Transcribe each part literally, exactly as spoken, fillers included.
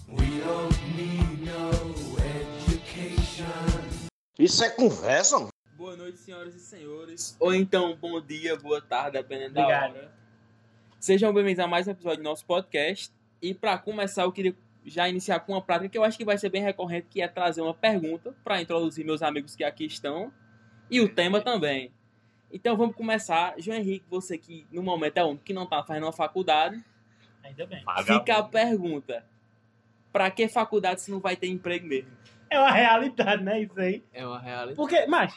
We don't need no education. Isso é conversa, mano? Boa noite, senhoras e senhores. Ou então, bom dia, boa tarde, dependendo Obrigado. da hora. Sejam bem-vindos a mais um episódio do nosso podcast. E para começar, eu queria já iniciar com uma prática que eu acho que vai ser bem recorrente, que é trazer uma pergunta para introduzir meus amigos que aqui estão e o tema também. Então vamos começar. João Henrique, você que no momento é o único que não está fazendo uma faculdade, Ainda bem. fica a pergunta: para que faculdade se não vai ter emprego mesmo? É uma realidade, né? Isso aí. É uma realidade. Porque, mas,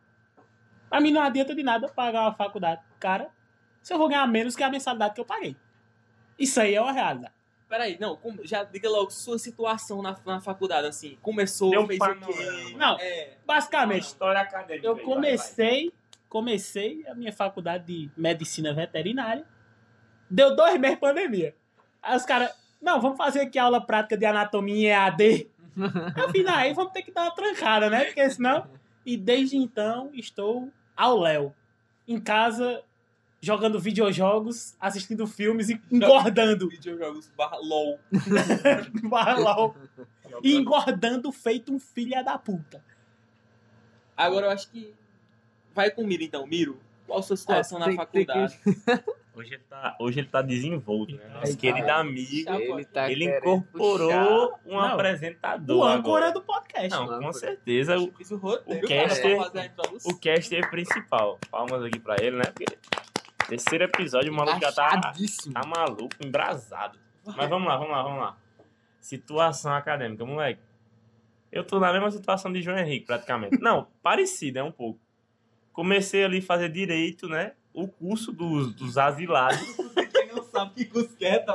pra mim não adianta de nada pagar uma faculdade cara se eu vou ganhar menos que a mensalidade que eu paguei. Isso aí é uma realidade. Peraí, não, como- já diga logo sua situação na, na faculdade, assim. Começou, Deu um fez o panorama. quê? Não. É, Basicamente, História acadêmica. eu aí, comecei, comecei a minha faculdade de medicina veterinária. Deu dois meses de pandemia. Aí os caras, não, vamos fazer aqui aula prática de anatomia em E A D. Eu fiz, não, aí vamos ter que dar uma trancada, né? Porque senão... E desde então estou ao léu. Em casa, jogando videojogos, assistindo filmes e engordando. videojogos barra LOL. Barra LOL. E engordando feito um filho da puta. Agora eu acho que vai com o Miro, então. Miro, qual a sua situação É, na tem- faculdade? Hoje ele tá, hoje ele tá desenvolto, né? Nosso Ele querido tá- amigo. Ele, tá Ele querendo incorporou um Não. apresentador. O âncora agora. do podcast. Não, Não, com âncora. certeza. O, Fiz o roteiro, o cara, caster- pra fazer a introdução. o caster principal. Palmas aqui pra ele, né? Porque terceiro episódio, o maluco já tá, achadíssimo. tá maluco, embrasado. Mas vamos lá, vamos lá, vamos lá. Situação acadêmica, moleque. Eu tô na mesma situação de João Henrique, praticamente. Não, parecido, é um pouco. Comecei ali a fazer direito, né? O curso dos, dos asilados. Quem não sabe que curso que é, tá?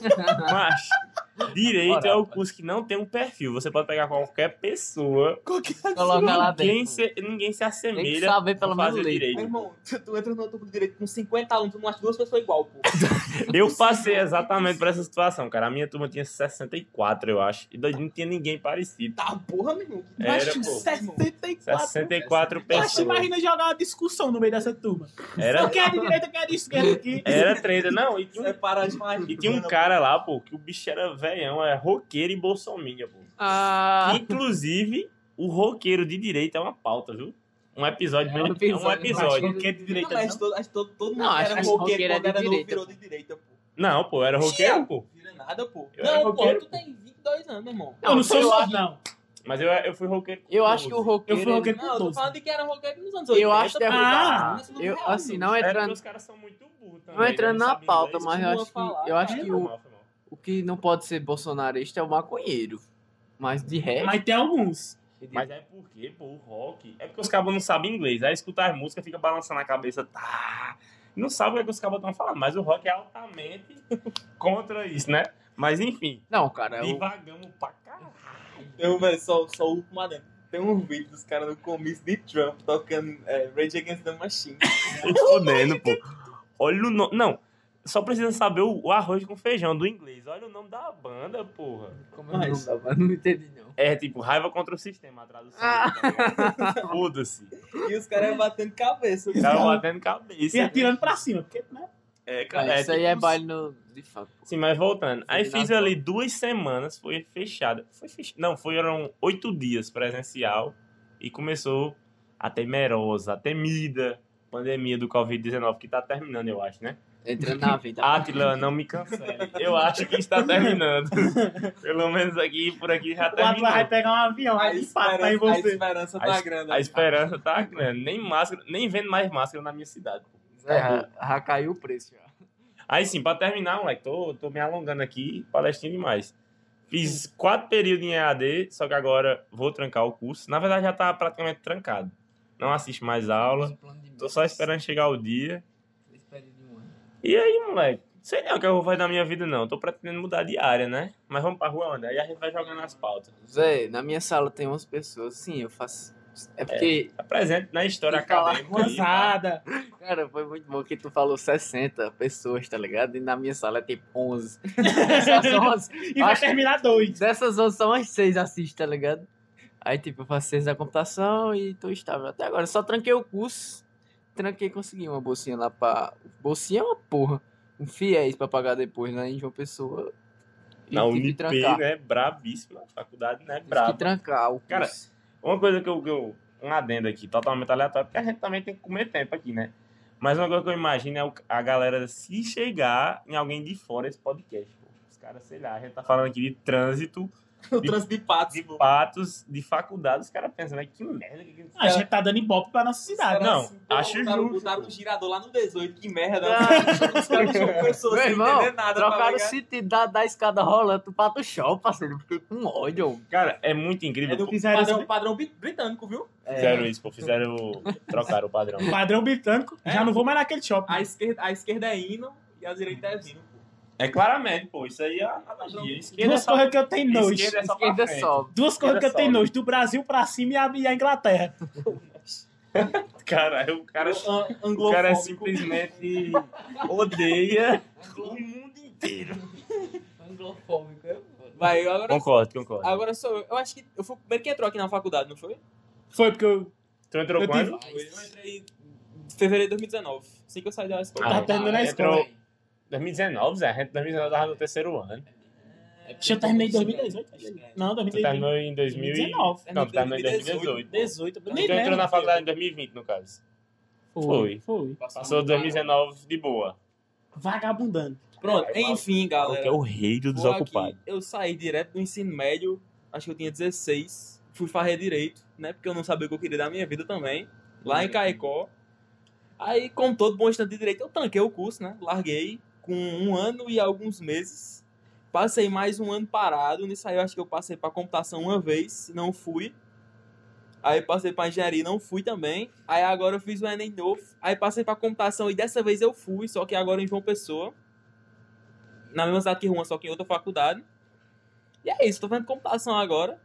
Mas direito Bora, é o rapaz. curso que não tem um perfil. Você pode pegar qualquer pessoa. Coloca lá Ninguém dentro. se, ninguém se Tem que assemelha saber pelo a menos fazer ler. Meu direito. irmão, tu, tu entra no outro de direito com cinquenta alunos, tu não acha duas pessoas igual, pô. Eu passei exatamente por essa situação, cara. A minha turma tinha sessenta e quatro, eu acho. E não tinha ninguém parecido. Tá, porra, meu irmão. Que Era, baixo, pô. sessenta e quatro. sessenta e quatro Poxa, pessoas. imagina jogar uma discussão no meio dessa turma. Era, Quem é de direita, quem é de esquerda aqui. era treta. Não, e tinha, um, Separa as mais. e tinha um cara lá, pô, que o bicho era velhão, é roqueiro e bolsominion, pô. Ah, Que, inclusive, o roqueiro de direito é uma pauta, viu? Um episódio. É um É um episódio, episódio. Acho que é de Não, direita, mas não. todo, acho que todo, todo mundo Não, acho era que roqueiro roqueiro é quando de era novo, direita, virou pô. de direita, pô. Não, pô, era roqueiro, pô. Vira nada, pô. Eu era Não, pô, roqueiro. tu tem vinte e dois anos, meu irmão. Eu não sou eu só, acho- não. Mas eu, eu fui roqueiro. com eu acho que o doze. roqueiro... Eu fui roqueiro Não, eu tô doze. falando de que era roqueiro nos anos Eu oitenta. acho que é pô. Ah, Isso não Eu, é real, assim, não É porque entrando, os caras são muito burros também. não entrando né? na sabem pauta, inglês. mas eu acho que, falar, eu acho cara. que Foi o, mal, foi mal. o que não pode ser bolsonarista é o maconheiro. Mas de resto... Mas tem alguns. Mas é porque, pô, o rock. É porque os cabos não sabem inglês. Aí escuta as músicas, fica balançando a cabeça, tá. Não sabe o que, é que os cabos estão falando. Mas o rock é altamente contra isso, né? Mas enfim, Não, cara, o... divagamos pra caralho. Eu, velho, só, só o último adendo. Tem um vídeo dos caras no comício de Trump tocando é, Rage Against the Machine. Se fudendo, pô. Olha o nome. Não, só precisa saber o, o arroz com feijão do inglês. Olha o nome da banda, porra. Como é o Mas- nome da banda? Não entendi, não. É tipo, raiva contra o sistema, a tradução. Ah. tá ligado? Foda-se. E os caras batendo cabeça. O cara batendo cabeça. E atirando pra cima. Porque, né? É, Ah, cara, isso aí tipo é uns- baile no... de fato. Sim, mas voltando. Aí Foi fiz na ali duas semanas, foi fechada. Foi fechada. Não, foram oito dias presencial e começou a temerosa, a temida pandemia do covid dezenove, que tá terminando, eu acho, né? Entrando na vida. Átila, não me cancele. Eu acho que está terminando. Pelo menos aqui, por aqui já O Atlas vai terminou. pegar um avião, A vai empatar em esperança, a você. esperança A, tá es- grande. a esperança tá grande. Nem máscara, nem vendo mais máscara na minha cidade. É, já, já caiu o preço, já. Aí sim, pra terminar, moleque, tô, tô me alongando aqui, palestrinho demais. Fiz quatro períodos em E A D, só que agora vou trancar o curso. Na verdade, já tá praticamente trancado. Não assisto mais aula, tô só esperando chegar o dia. E aí, moleque, sei nem o que eu vou fazer da minha vida, não. Tô pretendendo mudar de área, né? Mas vamos pra rua, onde? Aí a gente vai jogando as pautas. Zé, na minha sala tem umas pessoas, sim, eu faço... É porque, Apresente na história Tem que falar acadêmica. aí, tá? Rosada. cara, foi muito bom que tu falou sessenta pessoas, tá ligado? E na minha sala é tipo onze. Só são umas- E vai acho que terminar dois. dessas onze são umas seis assistem, tá ligado? Aí, tipo, eu faço ciência da computação e tô estável até agora. Só tranquei o curso, tranquei e consegui uma bolsinha lá pra... Bolsinha é uma porra. Um fiéis pra pagar depois, né? Em João Pessoa. E Na tive que Unip, trancar. né? Brabíssima. Faculdade, né? Tive que Braba. trancar o Cara, curso. Uma coisa que eu, que eu. Um adendo aqui, totalmente aleatório, porque a gente também tem que comer tempo aqui, né? Mas uma coisa que eu imagino é o- a galera se chegar em alguém de fora desse podcast. Pô. Os caras, sei lá, a gente tá falando aqui de trânsito, O trânsito de patos. de pô. patos, de faculdade. Os caras pensam, né? Que merda. Que... que- A gente tá dando ibope pra nossa cidade. Não, Assim, pô, acho botaram, justo, botaram pô. um girador lá no dezoito, que merda. Ah. Os caras não são pessoas Meu sem irmão, entender nada. tá trocaram o ligado? sentido da, da escada rolando pra tu show, parceiro. Eu Fiquei com ódio. Cara, é muito incrível. É do pô. Fizeram padrão, isso- padrão bri- britânico, viu? Fizeram isso, pô. Fizeram. Trocaram o padrão. Padrão britânico. É. Já não vou mais naquele shopping. A esquerda, a esquerda é hino e a direita é vino, pô. É claramente, pô. Isso aí é a analogia. Esquerda é Duas só, coisas que eu tenho nojo. esquerda é só pra Esquerda frente. sobe. Duas coisas que eu tenho sobe. nojo. Do Brasil pra cima e a, e a Inglaterra. Cara, o cara, An- o cara é Anglofóbico. simplesmente odeia o mundo inteiro. Anglofóbico. é foda. Vai, agora, Concordo, concordo. agora sou eu. Eu acho que eu fui o primeiro que entrou aqui na faculdade, não foi? Foi porque eu Tu entrou Eu quando? Eu entrei em fevereiro de dois mil e dezenove, assim que eu saí da escola. Ah, tava terminando a entrou- escola. dois mil e dezenove, Zé. A gente em dois mil e dezenove tava no terceiro ano. Acho que eu terminei em dois mil e dezoito. Não, Tu dois mil e terminou em dois mil e dezenove. dezenove. Não, tu terminou em dois mil e dezoito. dezoito. Tu Nem entrou lembro. na faculdade em dois mil e vinte, no caso. Foi. Foi. Passou dois mil e dezenove de boa. Vagabundando. Pronto, enfim, galera. Porque é o rei do Vou desocupado. aqui. Eu saí direto do ensino médio, acho que eu tinha dezesseis, fui fazer direito, né? Porque eu não sabia o que eu queria da minha vida também, lá em Caicó. Aí, como todo bom estudante de direito, eu tanquei o curso, né? Larguei com um ano e alguns meses. Passei mais um ano parado. Nisso aí eu acho que eu passei para computação uma vez, não fui. Aí passei para engenharia, não fui também. Aí agora eu fiz o Enem novo. Aí passei para computação e dessa vez eu fui, só que agora em João Pessoa. Na mesma cidade que Juan, só que em outra faculdade. E é isso, tô fazendo computação agora.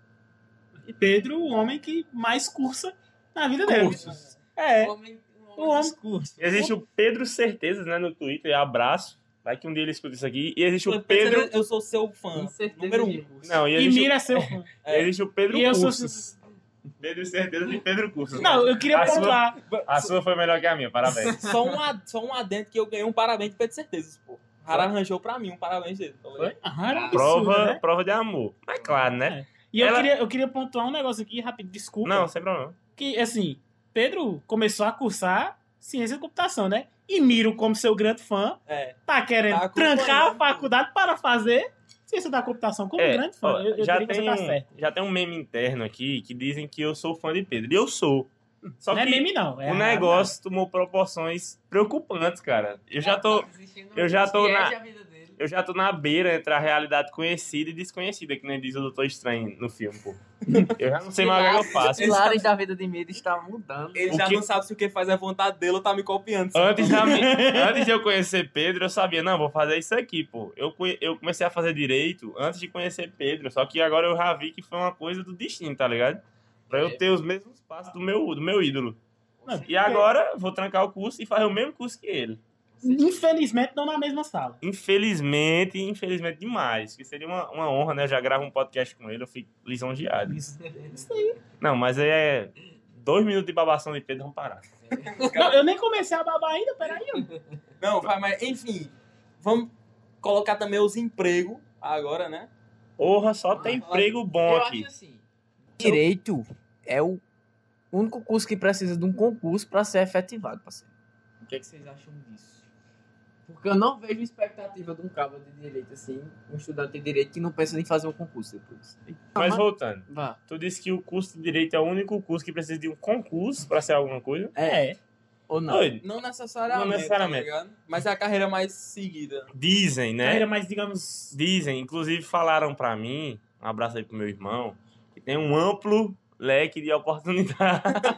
E Pedro, o homem que mais cursa na vida dele. Cursos. É. Homem, O homem curso. Existe o Pedro Certezas, né, no Twitter. Abraço. Vai que um dia ele escuta isso aqui. E existe o Pedro, Pedro... eu sou seu fã, Com certeza número um. de- Não, e E existe, mira seu fã. o... existe o Pedro E eu sou- Cursos. Pedro Certezas e Pedro Cursos. Não, eu queria A sua- pontuar. A sua foi melhor que a minha, parabéns. Só um, ad- só um adendo que eu ganhei um parabéns de Pedro Certezas, pô. Rara arranjou pra mim um parabéns dele. Tá ligado? Foi? Aham, era um Prova, absurdo, né? prova de amor. Mas claro, né? E eu, Ela- queria, eu queria pontuar um negócio aqui, rápido, desculpa. Não, sem problema. Que, assim, Pedro começou a cursar ciência da computação, né? E Miro, como seu grande fã, É. tá querendo Tá acompanhando trancar a tudo. faculdade para fazer ciência da computação como É, grande fã. ó, eu eu já, diria que tem você tá um, certo. já tem um meme interno aqui que dizem que eu sou fã de Pedro. E eu sou. Só Não é que meme, não. É o a- negócio tomou proporções preocupantes, cara. Eu já tô, eu já tô na- eu já tô na beira entre a realidade conhecida e desconhecida, que nem diz o Doutor Estranho no filme, pô. Eu já não sei mais o que eu Os faço. pilares da vida de Miro está mudando. Ele O já que- não sabe se o que faz é vontade dele ou tá me copiando. sabe? Antes, da mi- antes de eu conhecer Pedro, eu sabia, não, vou fazer isso aqui, pô. Eu, conhe- eu comecei a fazer direito antes de conhecer Pedro, só que agora eu já vi que foi uma coisa do destino, tá ligado? Pra eu ter os mesmos passos do meu, do meu ídolo. Não, E porque, agora vou trancar o curso e fazer o mesmo curso que ele. infelizmente, não na mesma sala. Infelizmente, infelizmente demais. Que seria uma, uma honra, né? Eu já gravo um podcast com ele, eu fico lisonjeado. Isso aí. Não, mas aí é dois minutos de babação de Pedro, vamos parar. Não, eu nem comecei a babar ainda, peraí. Não, vai, mas enfim. Vamos colocar também os empregos agora, né? Porra, só tem emprego bom Eu aqui. acho assim, direito é o único curso que precisa de um concurso para ser efetivado, parceiro. O que, é que vocês acham disso? Porque eu não vejo expectativa de um cabo de direito, assim, um estudante de direito que não pensa em fazer um concurso depois. Mas voltando, Vá. tu disse que o curso de Direito é o único curso que precisa de um concurso pra ser alguma coisa? É. É. Ou não? Doido. Não necessariamente. Não necessariamente. Tá ligado? Mas é a carreira mais seguida. Dizem, né? Carreira mais, digamos... Dizem, inclusive falaram pra mim, um abraço aí pro meu irmão, que tem um amplo leque de oportunidade.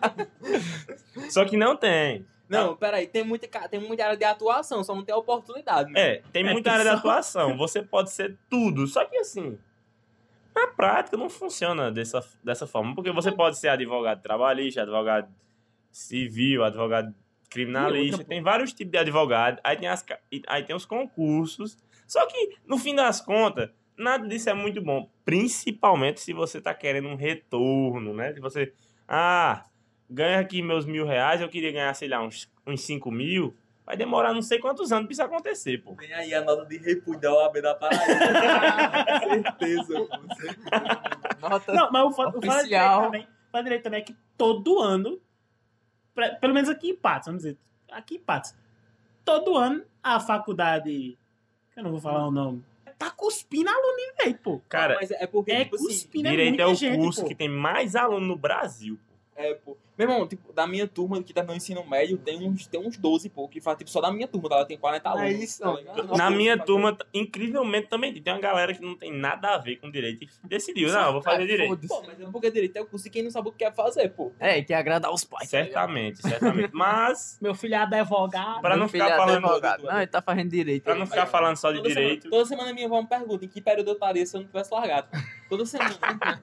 Só que não tem. Não, peraí, tem muita, ca- tem muita área de atuação, só não tem oportunidade. Né? É, tem É, muita tem área de só- atuação. Você pode ser tudo. Só que assim, na prática não funciona dessa, dessa forma. Porque você pode ser advogado trabalhista, advogado civil, advogado criminalista. Tem vários tipos de advogado. Aí tem, as, ca- e- aí tem os concursos. Só que, no fim das contas, nada disso é muito bom. Principalmente se você tá querendo um retorno, né? Se você... Ah... ganho aqui meus mil reais, eu queria ganhar, sei lá, uns, uns cinco mil, vai demorar não sei quantos anos pra isso acontecer, pô. Vem aí a nota de repúdio da O A B da Paraíba. certeza, pô. Certeza. Nota Não, mas o foda o foda direito oficial. também, o foda direito também é que todo ano, pra- pelo menos aqui em Patos, vamos dizer, aqui em Patos, todo ano a faculdade, que eu não vou falar o nome, tá cuspindo aluno em direito, pô. Cara, Mas é porque, É tipo assim, cuspindo, é direito muita é o gente, curso pô. que tem mais aluno no Brasil, pô. é, pô. Meu irmão, tipo, da minha turma que tá no ensino médio, tem uns, tem uns doze, pô, que faz, tipo, só da minha turma, ela tem quarenta alunos. É isso, tá ligado? Na Nossa, minha mas- turma, incrivelmente, também tem uma galera que não tem nada a ver com direito e decidiu, não, eu vou fazer É, direito. foda-se. Pô, mas é porque direito é o curso e quem não sabe o que quer fazer, pô. É, que agradar os pais. tá ligado? Certamente, certamente. Mas, Meu filho é advogado. pra não Meu filho ficar é falando... advogado. Não, ele tá fazendo direito. Pra não ficar falando só de Toda direito... Semana, toda semana minha avó me pergunta em que período eu estaria se eu não tivesse largado. Toda semana.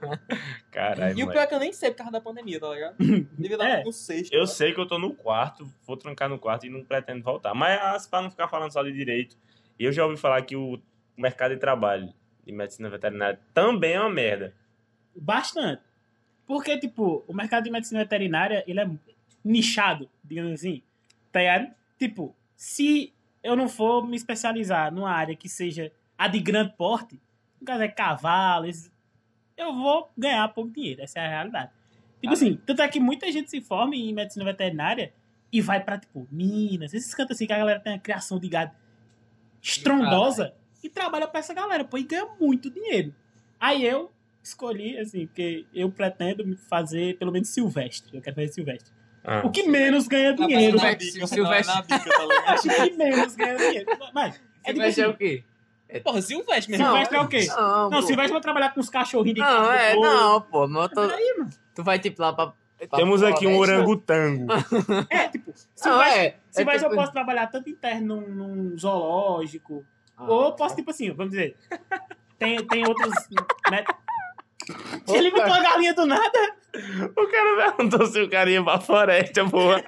Caralho, E o moleque. pior é que eu nem sei por causa da pandemia, tá ligado? Devia dar É. no sexto. Eu tá? sei que eu tô no quarto, vou trancar no quarto e não pretendo voltar. Mas pra não ficar falando só de direito, eu já ouvi falar que o mercado de trabalho de medicina veterinária também é uma merda. Bastante. Porque, tipo, o mercado de medicina veterinária, ele é nichado, digamos assim. Tá ligado? Tipo, se eu não for me especializar numa área que seja a de grande porte, no caso é cavalo, esses- eu vou ganhar pouco dinheiro. Essa é a realidade. Tipo assim, tanto é que muita gente se forma em medicina veterinária e vai pra, tipo, Minas, esses cantos assim que a galera tem a criação de gado estrondosa e trabalha pra essa galera, pô, e ganha muito dinheiro. Aí eu escolhi, assim, porque eu pretendo fazer pelo menos silvestre. Eu quero fazer silvestre. Ah. O que menos ganha dinheiro. Na né? bica, Silvestre. na bica, tá ligado? Acho que menos ganha dinheiro. Mas, é tipo Silvestre é assim, o quê? Porra, Silvestre mesmo. Silvestre é o quê? Não, Não, pô. Silvestre vai trabalhar com os cachorrinhos de Não, casa do é, povo. não, pô. Mas eu tô... Aí, mano. Tu vai, tipo, lá pra... pra Temos aqui um floresta. orangotango. É, tipo, Não, Silvestre, é. Silvestre é tipo... eu posso trabalhar tanto interno num, num zoológico, Ah, ou eu posso, tipo assim, vamos dizer, tem, tem outros... Né? Ele botou a galinha do nada. O cara perguntou se o cara ia pra floresta, porra.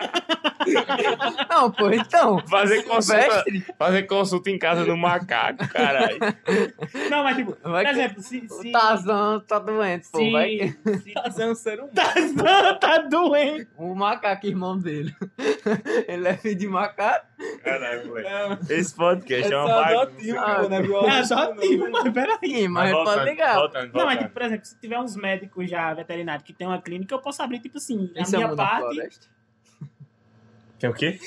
Não, pô, então... Fazer consulta, Silvestre... fazer consulta em casa do macaco, caralho. Não, mas tipo, por Vai que- exemplo, se... O se Tarzan tá doente, pô. se, Vai que... se Fazer um ser humano. Tarzan tá doente. O macaco, irmão dele. Ele é filho de macaco. Caralho, moleque. É, Esse podcast é é uma só bagunça. adotivo, Ah, pô, né? viu? É adotivo, mas peraí. Sim, mas Mas pode voltando, ligar. voltando, Não, mas voltando. tipo, por exemplo, se tiver uns médicos já veterinários que tem uma clínica, eu posso abrir, tipo assim, a Esse é minha o da parte... floresta. Tem o quê?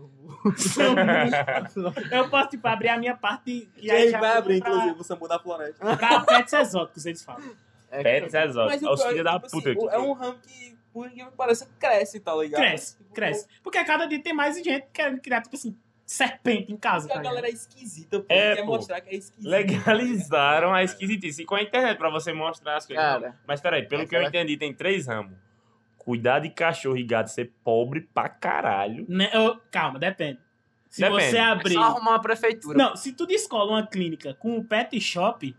Eu posso, tipo, abrir a minha parte e E aí aí já vai abrir, pra, inclusive, o Sambu da Floresta. pra pets exóticos, eles falam. É, Pets exóticos. Mas o Os pior é filhos que, da tipo puta assim, aqui. é um ramo que, por incrível que pareça, cresce, tá ligado? Cresce, Tipo, cresce. Porque a cada dia tem mais gente querendo criar, tipo assim, serpente em casa. Porque Tá a ligado? galera é esquisita, pô. É, quer pô. mostrar que é esquisita. Legalizaram a esquisitice. E com a internet, pra você mostrar as coisas. Cara, Mas peraí, pelo que eu aquela- entendi, tem três ramos. Cuidar de cachorro e gato ser pobre pra caralho. Né, eu- calma, depende. Se Depende. você é abrir... só arrumar uma prefeitura. Não, se tu descola uma clínica com um pet shop,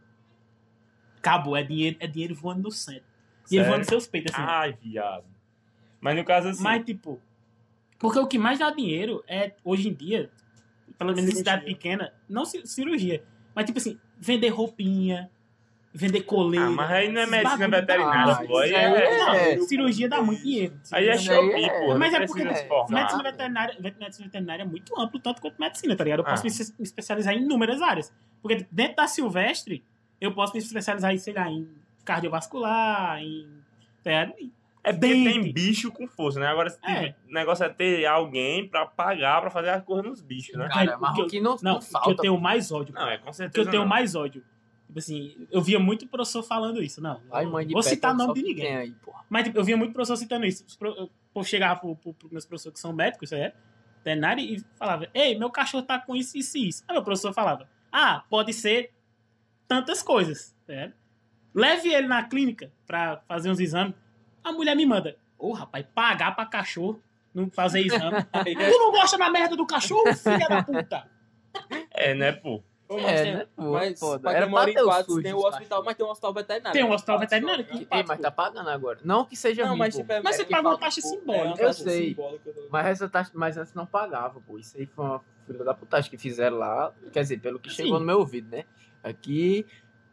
acabou, é dinheiro, é dinheiro voando no centro. Dinheiro Sério? voando nos seus peitos, assim. Ai, viado. Mas no caso assim. Mas, tipo, porque o que mais dá dinheiro é, hoje em dia, pelo menos em cidade Cirurgia. pequena, não ci- cirurgia, mas, tipo assim, vender roupinha, vender coleira. Ah, mas aí não é esses medicina bagulho. veterinária, Ah, pô. Aí isso aí é. Não, é- cirurgia dá muito dinheiro. Aí é Isso aí Shopee, é- pô. Mas não é porque precisa é- se formar. medicina veterinária, medicina veterinária é muito amplo, tanto quanto medicina, tá ligado? Eu posso Ah. me es- me especializar em inúmeras áreas. Porque tipo, dentro da Silvestre, eu posso me especializar em, sei lá, em cardiovascular, em... tá ligado? Em É porque dente. tem bicho com força, né? Agora É. o negócio é ter alguém pra pagar pra fazer as coisas nos bichos, né? Cara, o mas que o eu- que não, Não, não o que falta. eu tenho mais ódio. Não, é com O que certeza. eu tenho não. mais ódio. Tipo assim, eu via muito professor falando isso. Não, Ai, eu mãe de vou pé, citar só nome de que ninguém. tem aí, porra. Mas tipo, eu via muito professor citando isso. Os pro- O povo chegava pro, pro, pro meus professores que são médicos, é, veterinário, e falava, ei, meu cachorro tá com isso, isso e isso. Aí meu professor falava, ah, pode ser tantas coisas. É. Leve ele na clínica pra fazer uns exames. A mulher me manda, ô rapaz, pagar pra cachorro não fazer exame. Tu não gosta da merda do cachorro, filha da puta? É, né, pô? Pô, mas É, tem- né? Pô, Mas, foda. pra Era quem mora pra em ter os Patos, SUS tem o dos hospital, mas tem um hospital veterinário. Tem um hospital Patos, veterinário tá aqui. ligado? Ei, mas tá pagando agora. Não que seja Não, ruim, mas pô. tipo, é- Mas é você que paga uma fala, taxa pô, simbólica. é uma Eu taxa sei. simbólica, tá ligado? Mas essa taxa, mas antes não pagava, pô. Isso aí foi uma filha da putagem que fizeram lá. Quer dizer, pelo que Sim. chegou no meu ouvido, né? Aqui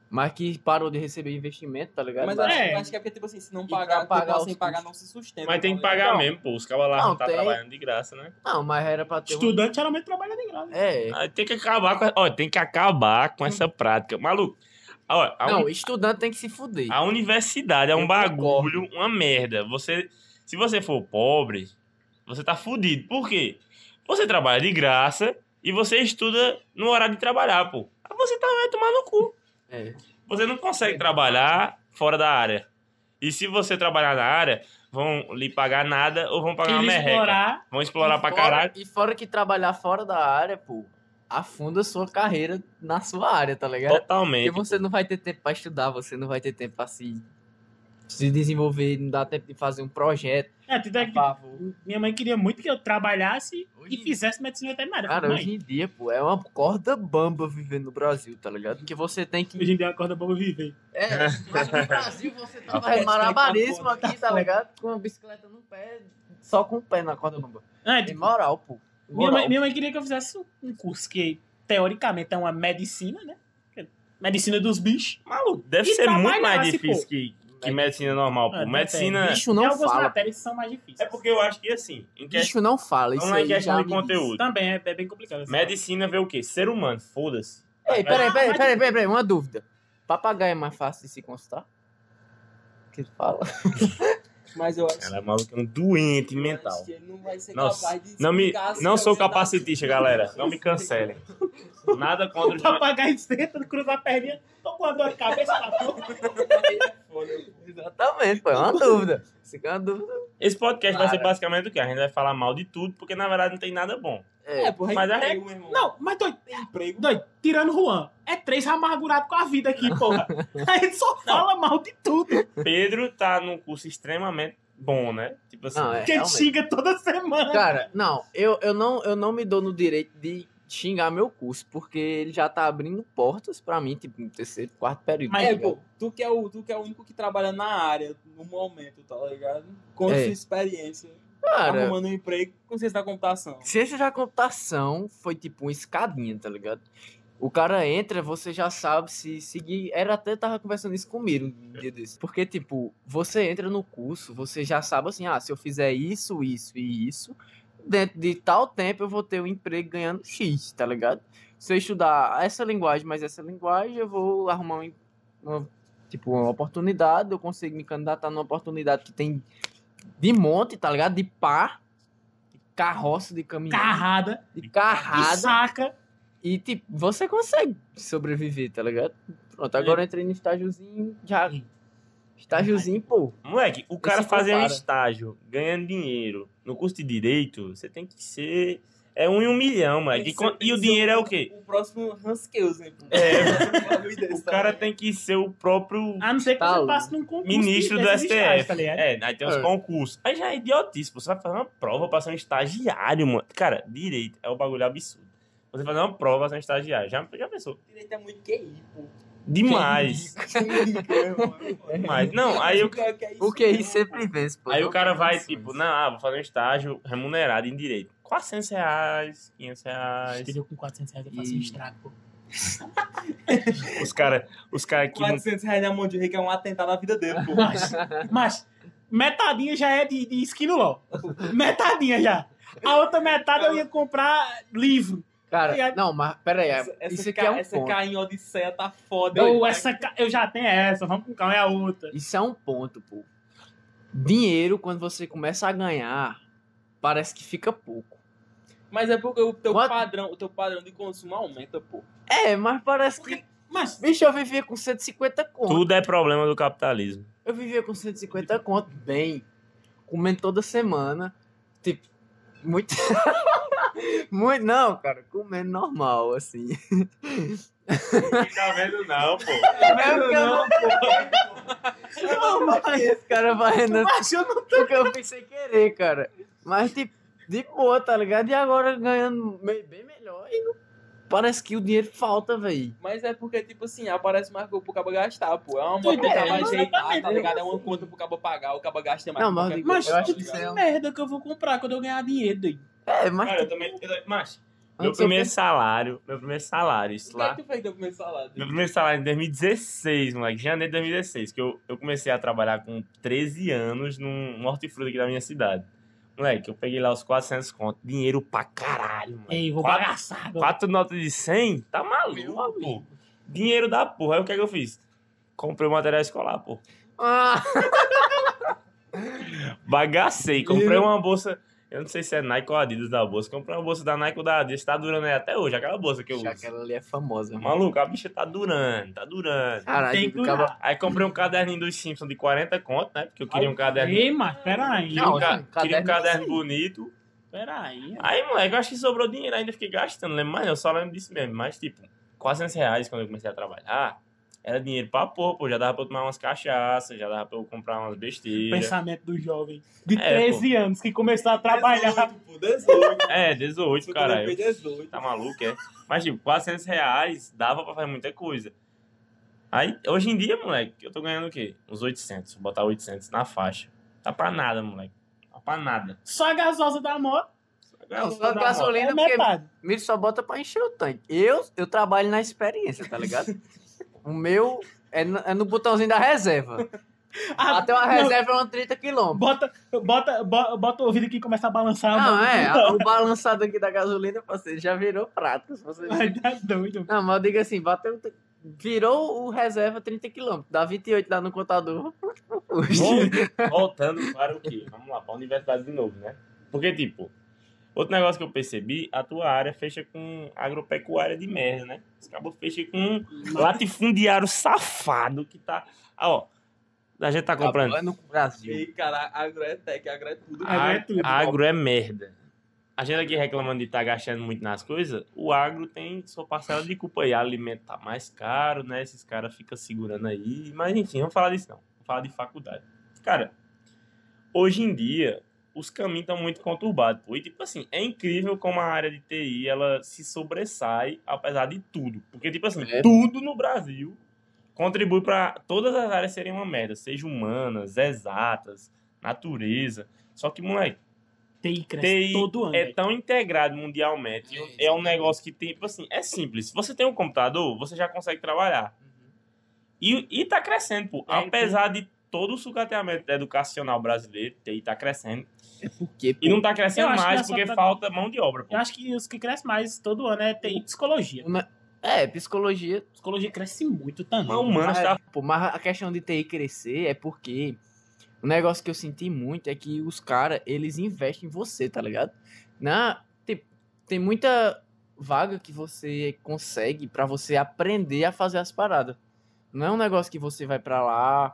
mas que parou de receber investimento, tá ligado? Mas eu acho, É. eu acho que é porque, tipo assim, se não E pra pagar, pagar tipo, sem os pagar custos. não se sustenta. Mas tem que tá ligado? pagar Não. mesmo, pô. Os caras lá Não, não tá tem. trabalhando de graça, né? Não, mas era pra ter um... Estudante geralmente trabalha de graça. É. Aí tem que acabar com, ó, tem que acabar com essa prática. Maluco, ó, a, Não, uni- estudante tem que se fuder. a universidade é um Eu bagulho, concordo. uma merda. Você, se você for pobre, você tá fudido. Por quê? Você trabalha de graça e você estuda no horário de trabalhar, pô. Aí você tá vai tomar no cu. É. Você não consegue trabalhar fora da área. E se você trabalhar na área, vão lhe pagar nada ou vão pagar uma Quem merreca. explorar, Vão explorar E pra fora- caralho. E fora que trabalhar fora da área, pô, afunda sua carreira na sua área, tá ligado? Totalmente. Porque você não vai ter tempo pra estudar, você não vai ter tempo pra se, se desenvolver, não dá tempo de fazer um projeto. é, tu tem que- a favor. minha mãe queria muito que eu trabalhasse Hoje- e fizesse medicina veterinária. Eu Cara, falei, hoje mãe, em dia, pô, é uma corda bamba viver no Brasil, tá ligado? Porque você tem que... hoje em dia a corda boba viver. É, mas no Brasil você tá Tá fazendo malabarismo foda, aqui, tá ligado? Com a bicicleta no pé, só com o pé na corda bamba. É, Tem tipo, moral, pô. minha, Moral. mãe, minha mãe queria que eu fizesse um curso que, teoricamente, é uma medicina, né? Medicina dos bichos. Maluco, deve E ser muito mais trabalhasse, difícil pô. que, que medicina normal, pô. Ah, medicina. tem. Bicho Tem não algumas fala. matérias que são mais difíceis. É porque eu acho que assim, em que... Bicho não fala, isso vamos lá em aí questão já de me diz. conteúdo. Também é, é bem complicado. assim. Medicina vê o quê? Ser humano, foda-se. Ei, peraí, Ah, peraí, mas- peraí, peraí, peraí, uma dúvida. Papagaio é mais fácil de se consultar? Que fala? Mas eu acho, Ela é maluco, é um doente eu mental. acho que ele não vai ser Nossa, capaz de não me, explicar se não sou você dá- capacitista, galera. Não me cancelem. Nada contra O os papagaio senta, cruza a perninha, tô com a dor de cabeça pra tu. Exatamente, pô, é uma dúvida. Fica uma dúvida. Esse podcast vai ser Cara. basicamente o quê? A gente vai falar mal de tudo, porque na verdade não tem nada bom. É, É, porra, Mas é a emprego, meu irmão. Não, mas doido, Tem emprego. doido, tirando o Juan, é três amargurados com a vida aqui, porra. A gente só fala mal de tudo. Pedro tá num curso extremamente bom, né? Tipo assim. Não, é. Que ele realmente. xinga toda semana. Cara, não, eu, eu não, eu não me dou no direito de xingar meu curso, porque ele já tá abrindo portas pra mim, tipo, no terceiro, quarto período. Mas, tá É, ligado? pô, tu que é, o, tu que é o único que trabalha na área no momento, tá ligado? Com É. sua experiência, Cara, arrumando um emprego com ciência da computação. ciência da computação foi tipo uma escadinha, tá ligado? O cara entra, você já sabe se seguir. Era até tava conversando isso comigo um dia desse. Porque, tipo, você entra no curso, você já sabe assim, ah, se eu fizer isso, isso e isso, dentro de tal tempo eu vou ter um emprego ganhando X, tá ligado? Se eu estudar essa linguagem mais essa linguagem, eu vou arrumar um- uma, tipo, uma oportunidade, eu consigo me candidatar numa oportunidade que tem de monte, tá ligado? De par, de carroça de caminhão, Carrada, de de carrada. saca. E, tipo, você consegue sobreviver, tá ligado? Pronto, agora eu entrei no estágiozinho, já... Estágiozinho, pô. Moleque, o cara se fazer um compara. estágio ganhando dinheiro no curso de direito, você tem que ser. É um em um milhão, moleque. E, Tem que ser- con- tem e o que ser dinheiro é o quê? O próximo Hans Kelsen. pô. É, o cara tem que ser o próprio A não ser que Tá você louco. passe num concurso ministro de- do desses S T estágios, F. tá ligado? É, aí tem uns É. concursos. Aí já é idiotice, pô. Você vai fazer uma prova pra ser um estagiário, mano. Cara, direito é um bagulho absurdo. Você fazer uma prova pra ser um estagiário. Já, já pensou? Direito é muito Q I, pô. Demais. Que rico, meu irmão. Demais. Não, aí o, cara quer isso Porque aí mesmo. sempre vence, pô. aí não o cara tem vai, condições. tipo, não, ah, vou fazer um estágio remunerado em direito. quatrocentos reais, quinhentos reais. Entendeu? Com quatrocentos reais eu faço um E- estrago, pô. Os caras os cara que não quatrocentos reais na mão de rico é um atentado à vida dele, pô. Mas, mas metadinha já é de, de skin no LOL. Metadinha já. A outra metade eu ia comprar livro. Cara, não, mas pera aí, Essa, essa, isso aqui ca- é um essa ponto. K em Odisseia tá foda. Ou hein? essa, ca- eu já tenho essa, vamos com calma, é a outra. Isso é um ponto, pô. Dinheiro, quando você começa a ganhar, parece que fica pouco. Mas é porque o teu Quanto- padrão, o teu padrão de consumo aumenta, pô. É, mas parece que... Mas, Bicho, eu vivia com cento e cinquenta conto. Tudo é problema do capitalismo. Eu vivia com cento e cinquenta conto bem. Comendo toda semana. Tipo, muito... muito... Não, cara, comendo normal, assim. Tá vendo não, pô. Mesmo que eu não... Não, mas esse cara vai... Não... mas eu não Porque eu fiz sem querer, cara. Mas, tipo, de boa, tá ligado? E agora ganhando me- bem melhor. E não... parece que o dinheiro falta, velho. Mas é porque, tipo assim, aparece mais coisa pro cabo gastar, pô. É uma Tu conta pra entendeu? ajeitar, tá Exatamente. ligado? É uma conta pro cabo pagar, o cabo gasta mais. Não, mas qualquer eu digo- Mas coisa, eu acho tá que que ligado? isso é um- merda que eu vou comprar quando eu ganhar dinheiro, doido. É, mas... Cara, eu também. eu- Mas, Meu Antes eu primeiro fiz- salário, meu primeiro salário, isso O que é lá. que tu fez teu primeiro salário? Meu primeiro salário em dois mil e dezesseis, moleque. Janeiro de dois mil e dezesseis. Que eu, eu comecei a trabalhar com treze anos num, num hortifruti aqui da minha cidade. Moleque, eu peguei lá os quatrocentos conto. Dinheiro pra caralho, mano. Ei, vou quatro, bagaçar agora. quatro notas de cem? Tá maluco, pô. Dinheiro da porra. Aí o que é que eu fiz? Comprei o material escolar, pô. Ah, Bagacei. Comprei uma bolsa. Eu não sei se é Nike ou Adidas da bolsa. Comprei uma bolsa da Nike ou da Adidas. Tá durando aí até hoje. Aquela bolsa que eu já uso. aquela ali é famosa, mano. Maluco, a bicha tá durando. Tá durando. Caralho, Tem que acaba... durar. Aí comprei um caderninho dos Simpsons de quarenta conto, né? Porque eu queria um caderninho. Ei, mas peraí. Queria um, Não, ca- sim, queria um caderno caderno sim. bonito. Peraí. Aí, moleque, eu acho que sobrou dinheiro. Ainda fiquei gastando. Não lembro mais, não. Eu só lembro disso mesmo. Mas, tipo, quatrocentos reais quando eu comecei a trabalhar. Era dinheiro pra porra, pô. Já dava pra eu tomar umas cachaças. Já dava pra eu comprar umas besteiras. Pensamento do jovem de É, treze anos que começou a trabalhar. dezoito, pô, dezoito. É, dezoito, caralho. Foi dezoito. Tá maluco, é? Mas, tipo, quatrocentos reais dava pra fazer muita coisa. Aí, hoje em dia, moleque, eu tô ganhando o quê? Uns oitocentos. Vou botar oitocentos na faixa. Tá pra nada, moleque. Tá pra nada. Só a gasosa da moto Não, só Dá gasolina, é porque metade. milho só bota pra encher o tanque. Eu, eu trabalho na experiência, tá ligado? O meu é no, é no botãozinho da reserva. Ah, Até uma não, reserva é uns trinta quilômetros. Bota, bota, bota, bota o ouvido aqui e começa a balançar. Não, mano. é, a- o balançado aqui da gasolina, você já virou prato. Se você... Vai dar doido. Não, mas eu digo assim, bateu, virou o reserva trinta quilômetros. Dá vinte e oito, dá no contador. Vol- Voltando para o quê? Vamos lá, para a universidade de novo, né? Porque, tipo, outro negócio que eu percebi, a tua área fecha com agropecuária de merda, né? Esse cabo fecha com um latifundiário safado que tá... Ah, ó, a gente tá comprando... Acabando com o Brasil. E, cara, agro é tech, agro é tudo. Agro é A- tudo. Agro é merda. A gente aqui reclamando de estar gastando muito nas coisas, o agro tem sua parcela de culpa aí. Alimento tá mais caro, né? Esses caras ficam segurando aí. Mas enfim, vamos falar disso não. Vamos falar de faculdade. Cara, hoje em dia, os caminhos estão muito conturbados, pô. E tipo assim, é incrível como a área de T I, ela se sobressai apesar de tudo. Porque tipo assim, É. tudo no Brasil contribui para todas as áreas serem uma merda. Seja humanas, exatas, natureza. Só que, moleque, T I cresce T I todo ano. é velho. tão integrado mundialmente. É, É um negócio que tem, tipo assim, é simples. Se você tem um computador, você já consegue trabalhar. E, e tá crescendo, pô. É, Apesar de todo o sucateamento educacional brasileiro, T I tá crescendo. É porque, E não tá crescendo Eu acho que mais é só porque pra- falta mão de obra, pô. Eu acho que os que crescem mais todo ano é T I e psicologia. é, psicologia. Psicologia cresce muito também. Mas humanos Mas, tá... pô, mas a questão de T I crescer é porque o negócio que eu senti muito é que os caras, eles investem em você, tá ligado? Na, tem, tem muita vaga que você consegue pra você aprender a fazer as paradas. Não é um negócio que você vai pra lá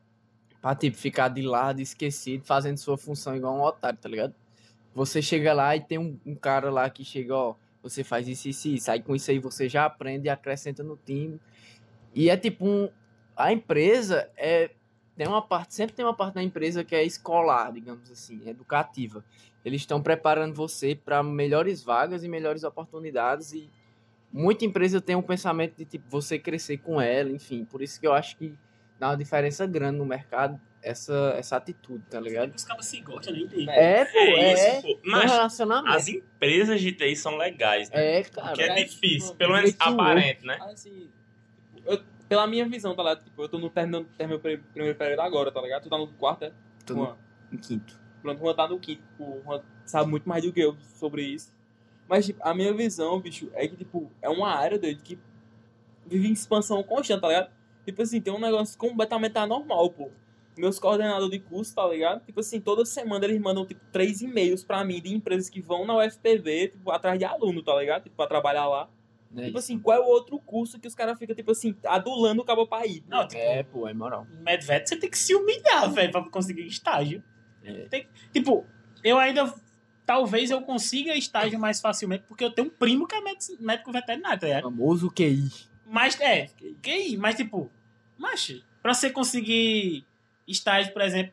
pra, tipo, ficar de lado, esquecido, fazendo sua função igual um otário, tá ligado? Você chega lá e tem um, um cara lá que chega, ó, você faz isso, isso, isso. Aí com isso aí você já aprende e acrescenta no time. E é tipo um... A empresa é... Tem uma parte, sempre tem uma parte da empresa que é escolar, digamos assim, educativa. Eles estão preparando você para melhores vagas e melhores oportunidades e muita empresa tem um pensamento de tipo você crescer com ela, enfim. Por isso que eu acho que dá uma diferença grande no mercado essa, essa atitude, tá ligado? Os caras se gostam, nem tem. É, pô, É é, isso, pô. é um Mas relacionamento. as empresas de T I são legais, né? É, cara. Que é é, difícil, tipo, pelo menos muito louco. aparente, né? Assim, eu- pela minha visão, tá ligado? Tipo, eu tô no terminando terminando meu primeiro período agora, tá ligado? Tu tá no quarto, é? Tô Juan. no quinto. Pronto, o Juan tá no quinto. O Juan sabe muito mais do que eu sobre isso. Mas, tipo, a minha visão, bicho, é que, tipo, é uma área, doido, que vive em expansão constante, tá ligado? Tipo assim, tem um negócio completamente anormal, pô. Meus coordenadores de curso, tá ligado? Tipo assim, toda semana eles mandam, tipo, três e-mails pra mim de empresas que vão na U F P V, tipo, atrás de aluno, tá ligado? Tipo, pra trabalhar lá. É, Tipo assim, qual é o outro curso que os caras ficam, tipo assim, adulando o cabo pra ir? Não, tipo, é, pô, é moral. Medved, você tem que se humilhar, velho, pra conseguir estágio. É. Tem- tipo, eu ainda... Talvez eu consiga estágio mais facilmente, porque eu tenho um primo que é médico, médico veterinário, tá ligado? Famoso Q I. Mas, é, que aí? Mas, tipo, macho, pra você conseguir estágio, por exemplo,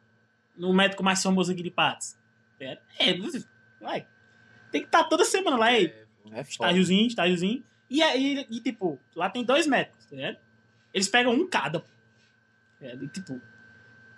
no médico mais famoso aqui de Patos, é, é, você- vai, tem que estar toda semana lá, aí, É foda. estágiozinho, estágiozinho, e aí, e, tipo, lá tem dois médicos, tá ligado? Eles pegam um cada, é, e, tipo,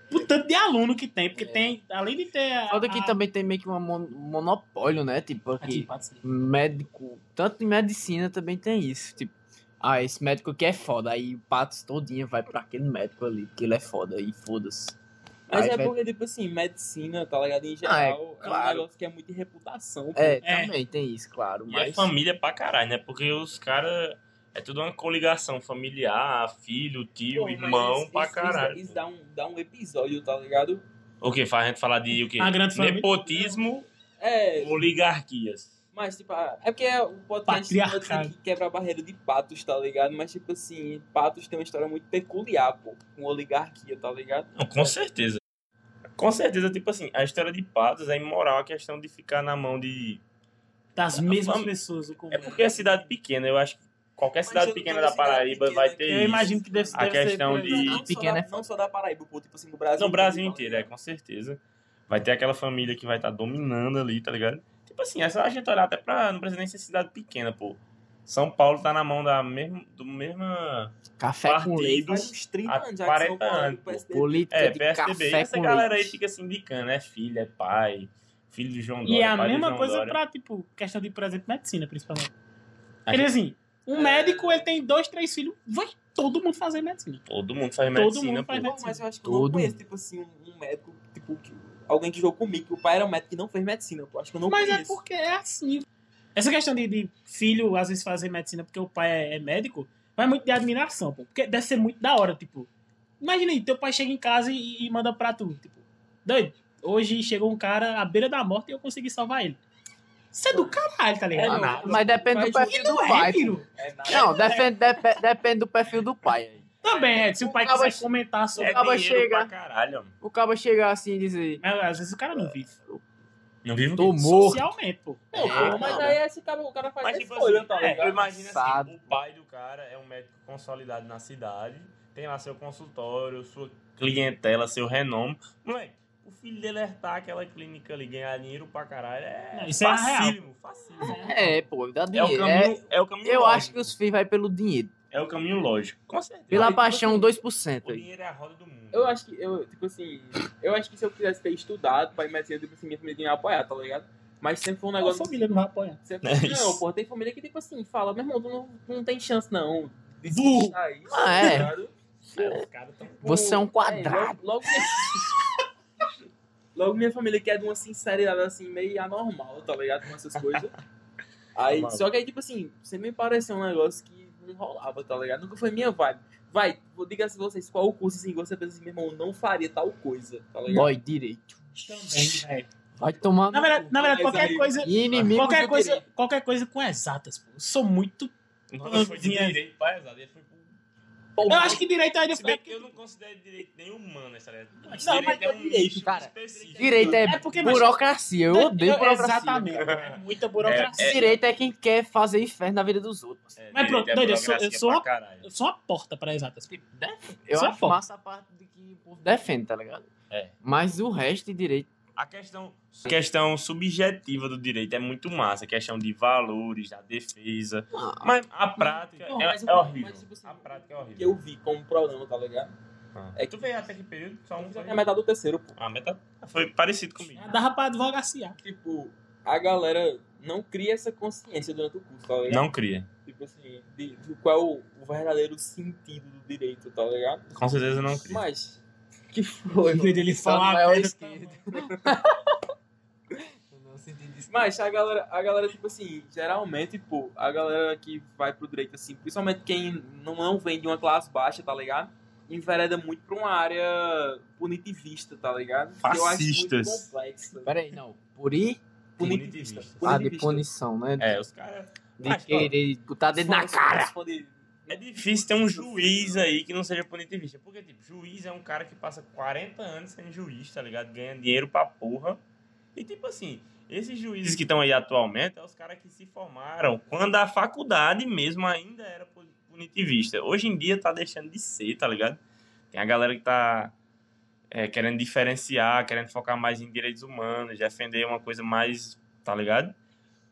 O tanto de aluno que tem, porque É. tem, além de ter... a- Foda que a- também tem meio que um mon- monopólio, né? Tipo, Aqui, aqui, pode ser. médico, tanto em medicina também tem isso. Tipo, ah, esse médico aqui é foda. Aí o Patos todinha vai pra aquele médico ali, porque ele é foda. E foda-se. Mas Aí é vai- porque, tipo assim, medicina, tá ligado? Em Ah, geral, é, é, um claro. negócio que é muito de reputação. pô. É, É. também tem isso, claro. E Mas é família pra caralho, né? Porque os caras. É tudo uma coligação familiar, filho, tio, Pô, mas irmão isso- pra isso- caralho. Isso, dá, um, dá um episódio, tá ligado? O que? Faz a gente falar de o quê? A grande família. Nepotismo, É, oligarquias. mas tipo, ah, é porque o podcast não Patriarcado. assim, que quebra a barreira de Patos, tá ligado? Mas tipo assim, Patos tem uma história muito peculiar, pô, com oligarquia, tá ligado? Não, com certeza. Com certeza, tipo assim, a história de Patos é imoral a questão de ficar na mão de. Das A mesmas fam- pessoas. o É porque é cidade pequena, eu acho que qualquer Mas cidade eu- pequena toda da Paraíba cidade vai pequena ter que- Eu isso. imagino que deve, A deve ser questão por de- aí. Não, só pequena da, é foda. não só da Paraíba, pô, tipo assim, no Brasil. No Brasil tá inteiro, é, ligado? com certeza. Vai ter aquela família que vai estar dominando ali, tá ligado? Tipo assim, é só a gente olhar até pra. Não precisa nem ser cidade pequena, pô. São Paulo tá na mão da mesma, do mesma. café com leite, partido. Faz uns trinta Há anos já quarenta que São Paulo, anos, o P S D. política É, de P S D B. E café essa com galera aí leite. fica se indicando, é filho, é pai, filho do João Dória. E é a pai do mesma João coisa Dória. pra, tipo, questão de, por exemplo, medicina, principalmente. A Ele, gente- assim, um médico, ele tem dois, três filhos, vai todo mundo fazer medicina. Todo mundo faz Todo medicina, mundo pô. faz Pô, medicina. mas eu acho que eu não Todo conheço, tipo assim, um, um médico, tipo, que, alguém que jogou comigo, que o pai era um médico que não fez medicina, pô. Acho que eu não Mas é conheço. porque é assim. Essa questão de, de filho, às vezes, fazer medicina porque o pai é, é médico, vai muito de admiração, pô. Porque deve ser muito da hora, tipo. Imagina aí, teu pai chega em casa e, e manda pra tu, tipo, doido, hoje chegou um cara à beira da morte e eu consegui salvar ele. Isso é do caralho, tá ligado? É, não, Nada. Mas depende do Mas perfil não do é, pai. pô. filho. É nada. Não, depende, depe- depende do perfil do pai. aí. Também, é, se o pai O cara quiser comentar sobre. É Acaba dinheiro chega- pra caralho, mano. O cara chegar assim e dizer, Mas às vezes o cara não vive. Não vive tô morto. Socialmente, pô. Não, É, pô, mas cara. aí esse cara, o cara faz Mas, a tipo escolha, assim, tá é, ligado? eu imagino Sabe. assim, o pai do cara é um médico consolidado na cidade, tem lá seu consultório, sua clientela, seu renome. Moleque, o filho dele hertar aquela clínica ali, ganhar dinheiro pra caralho, é Não, isso é facílimo, facílimo. é, pô, dá É o dinheiro. caminho, É- é o caminho eu lógico. acho que os filhos vai pelo dinheiro. É o caminho lógico. Com certeza. Pela tipo paixão, assim, dois por cento O aí. dinheiro é a roda do mundo. Eu acho que, eu, tipo assim, eu acho que se eu quisesse ter estudado pra ir medicina, tipo assim, minha família ia me apoiar, tá ligado? Mas sempre foi um A negócio. família não vai apoiar. Sempre... É Não, isso. pô, tem família que, tipo assim, fala, meu irmão, tu não, não tem chance, não. De Burro. deixar isso, Ah, é. tá ligado? Os caras tão... Você é um É, quadrado. logo, logo, minha... logo minha família que é de uma sinceridade assim, meio anormal, tá ligado? Com essas coisas. Aí, Normal. só que aí, tipo assim, sempre me pareceu um negócio que não rolava, tá ligado? Nunca foi minha vibe. Vai, vou diga assim vocês, qual o curso assim, que você pensa assim, meu irmão, não faria tal coisa, tá ligado? Boy direito. Também, velho. Vai tomar Na no verdade, cu. na verdade Mas qualquer aí- coisa... E inimigo Qualquer do coisa, direito. qualquer coisa com exatas, pô. Eu sou muito... Não foi de Minha- direito pra exato. Ele foi pro... Pô, Eu acho que direito ainda Se bem é que eu não considero direito nenhum humano, essa área. Não, mas Direito é é um direito, nicho cara. específico. Direito é, É porque, mas- burocracia. Eu odeio Eu- burocracia. Exatamente. É muita burocracia. Direito é quem quer fazer inferno na vida dos outros. É, Mas pronto, direito é doido, eu sou- eu burocracia sou pra uma- caralho. Eu sou uma porta para exatas. Eu Só acho foda. massa a parte de que o povo defende, tá ligado? É. Mas o resto de direito. A questão, a questão subjetiva do direito é muito massa. A questão de valores, da defesa. Ah, Mas a prática Não, é, mas o- é horrível. mas, tipo assim, A prática é que horrível. eu vi como problema, tá ligado? Ah. é Tu veio até que período? Só um Já foi? é metade do terceiro, pô. Ah, metade. Foi parecido comigo. Dava pra advogaciar. Tipo, a galera não cria essa consciência durante o curso, tá ligado? Não cria. Tipo assim, de, de qual é o, o verdadeiro sentido do direito, tá ligado? Com certeza não cria. Mas, que foi, mano? Ele falar Samuel merda, esquerdo. Mas a galera, a galera, tipo assim, geralmente, pô, a galera que vai pro direito, assim, principalmente quem não, não vem de uma classe baixa, tá ligado? Envereda muito pra uma área punitivista, tá ligado? Que eu acho muito Fascistas. complexa. Pera aí, não. Puri? Punitivista. Punitivista. Ah, de Punitivista. punição, né? É, os caras. De Mas, ó, querer botar dedo na Fã- cara. fã de- É difícil ter um juiz aí que não seja punitivista. Porque, tipo, juiz é um cara que passa quarenta anos sendo juiz, tá ligado? Ganha dinheiro pra porra. E, tipo assim, esses juízes que estão aí atualmente são os caras que se formaram quando a faculdade mesmo ainda era punitivista. Hoje em dia tá deixando de ser, tá ligado? Tem a galera que tá é, querendo diferenciar, querendo focar mais em direitos humanos, defender uma coisa mais, tá ligado?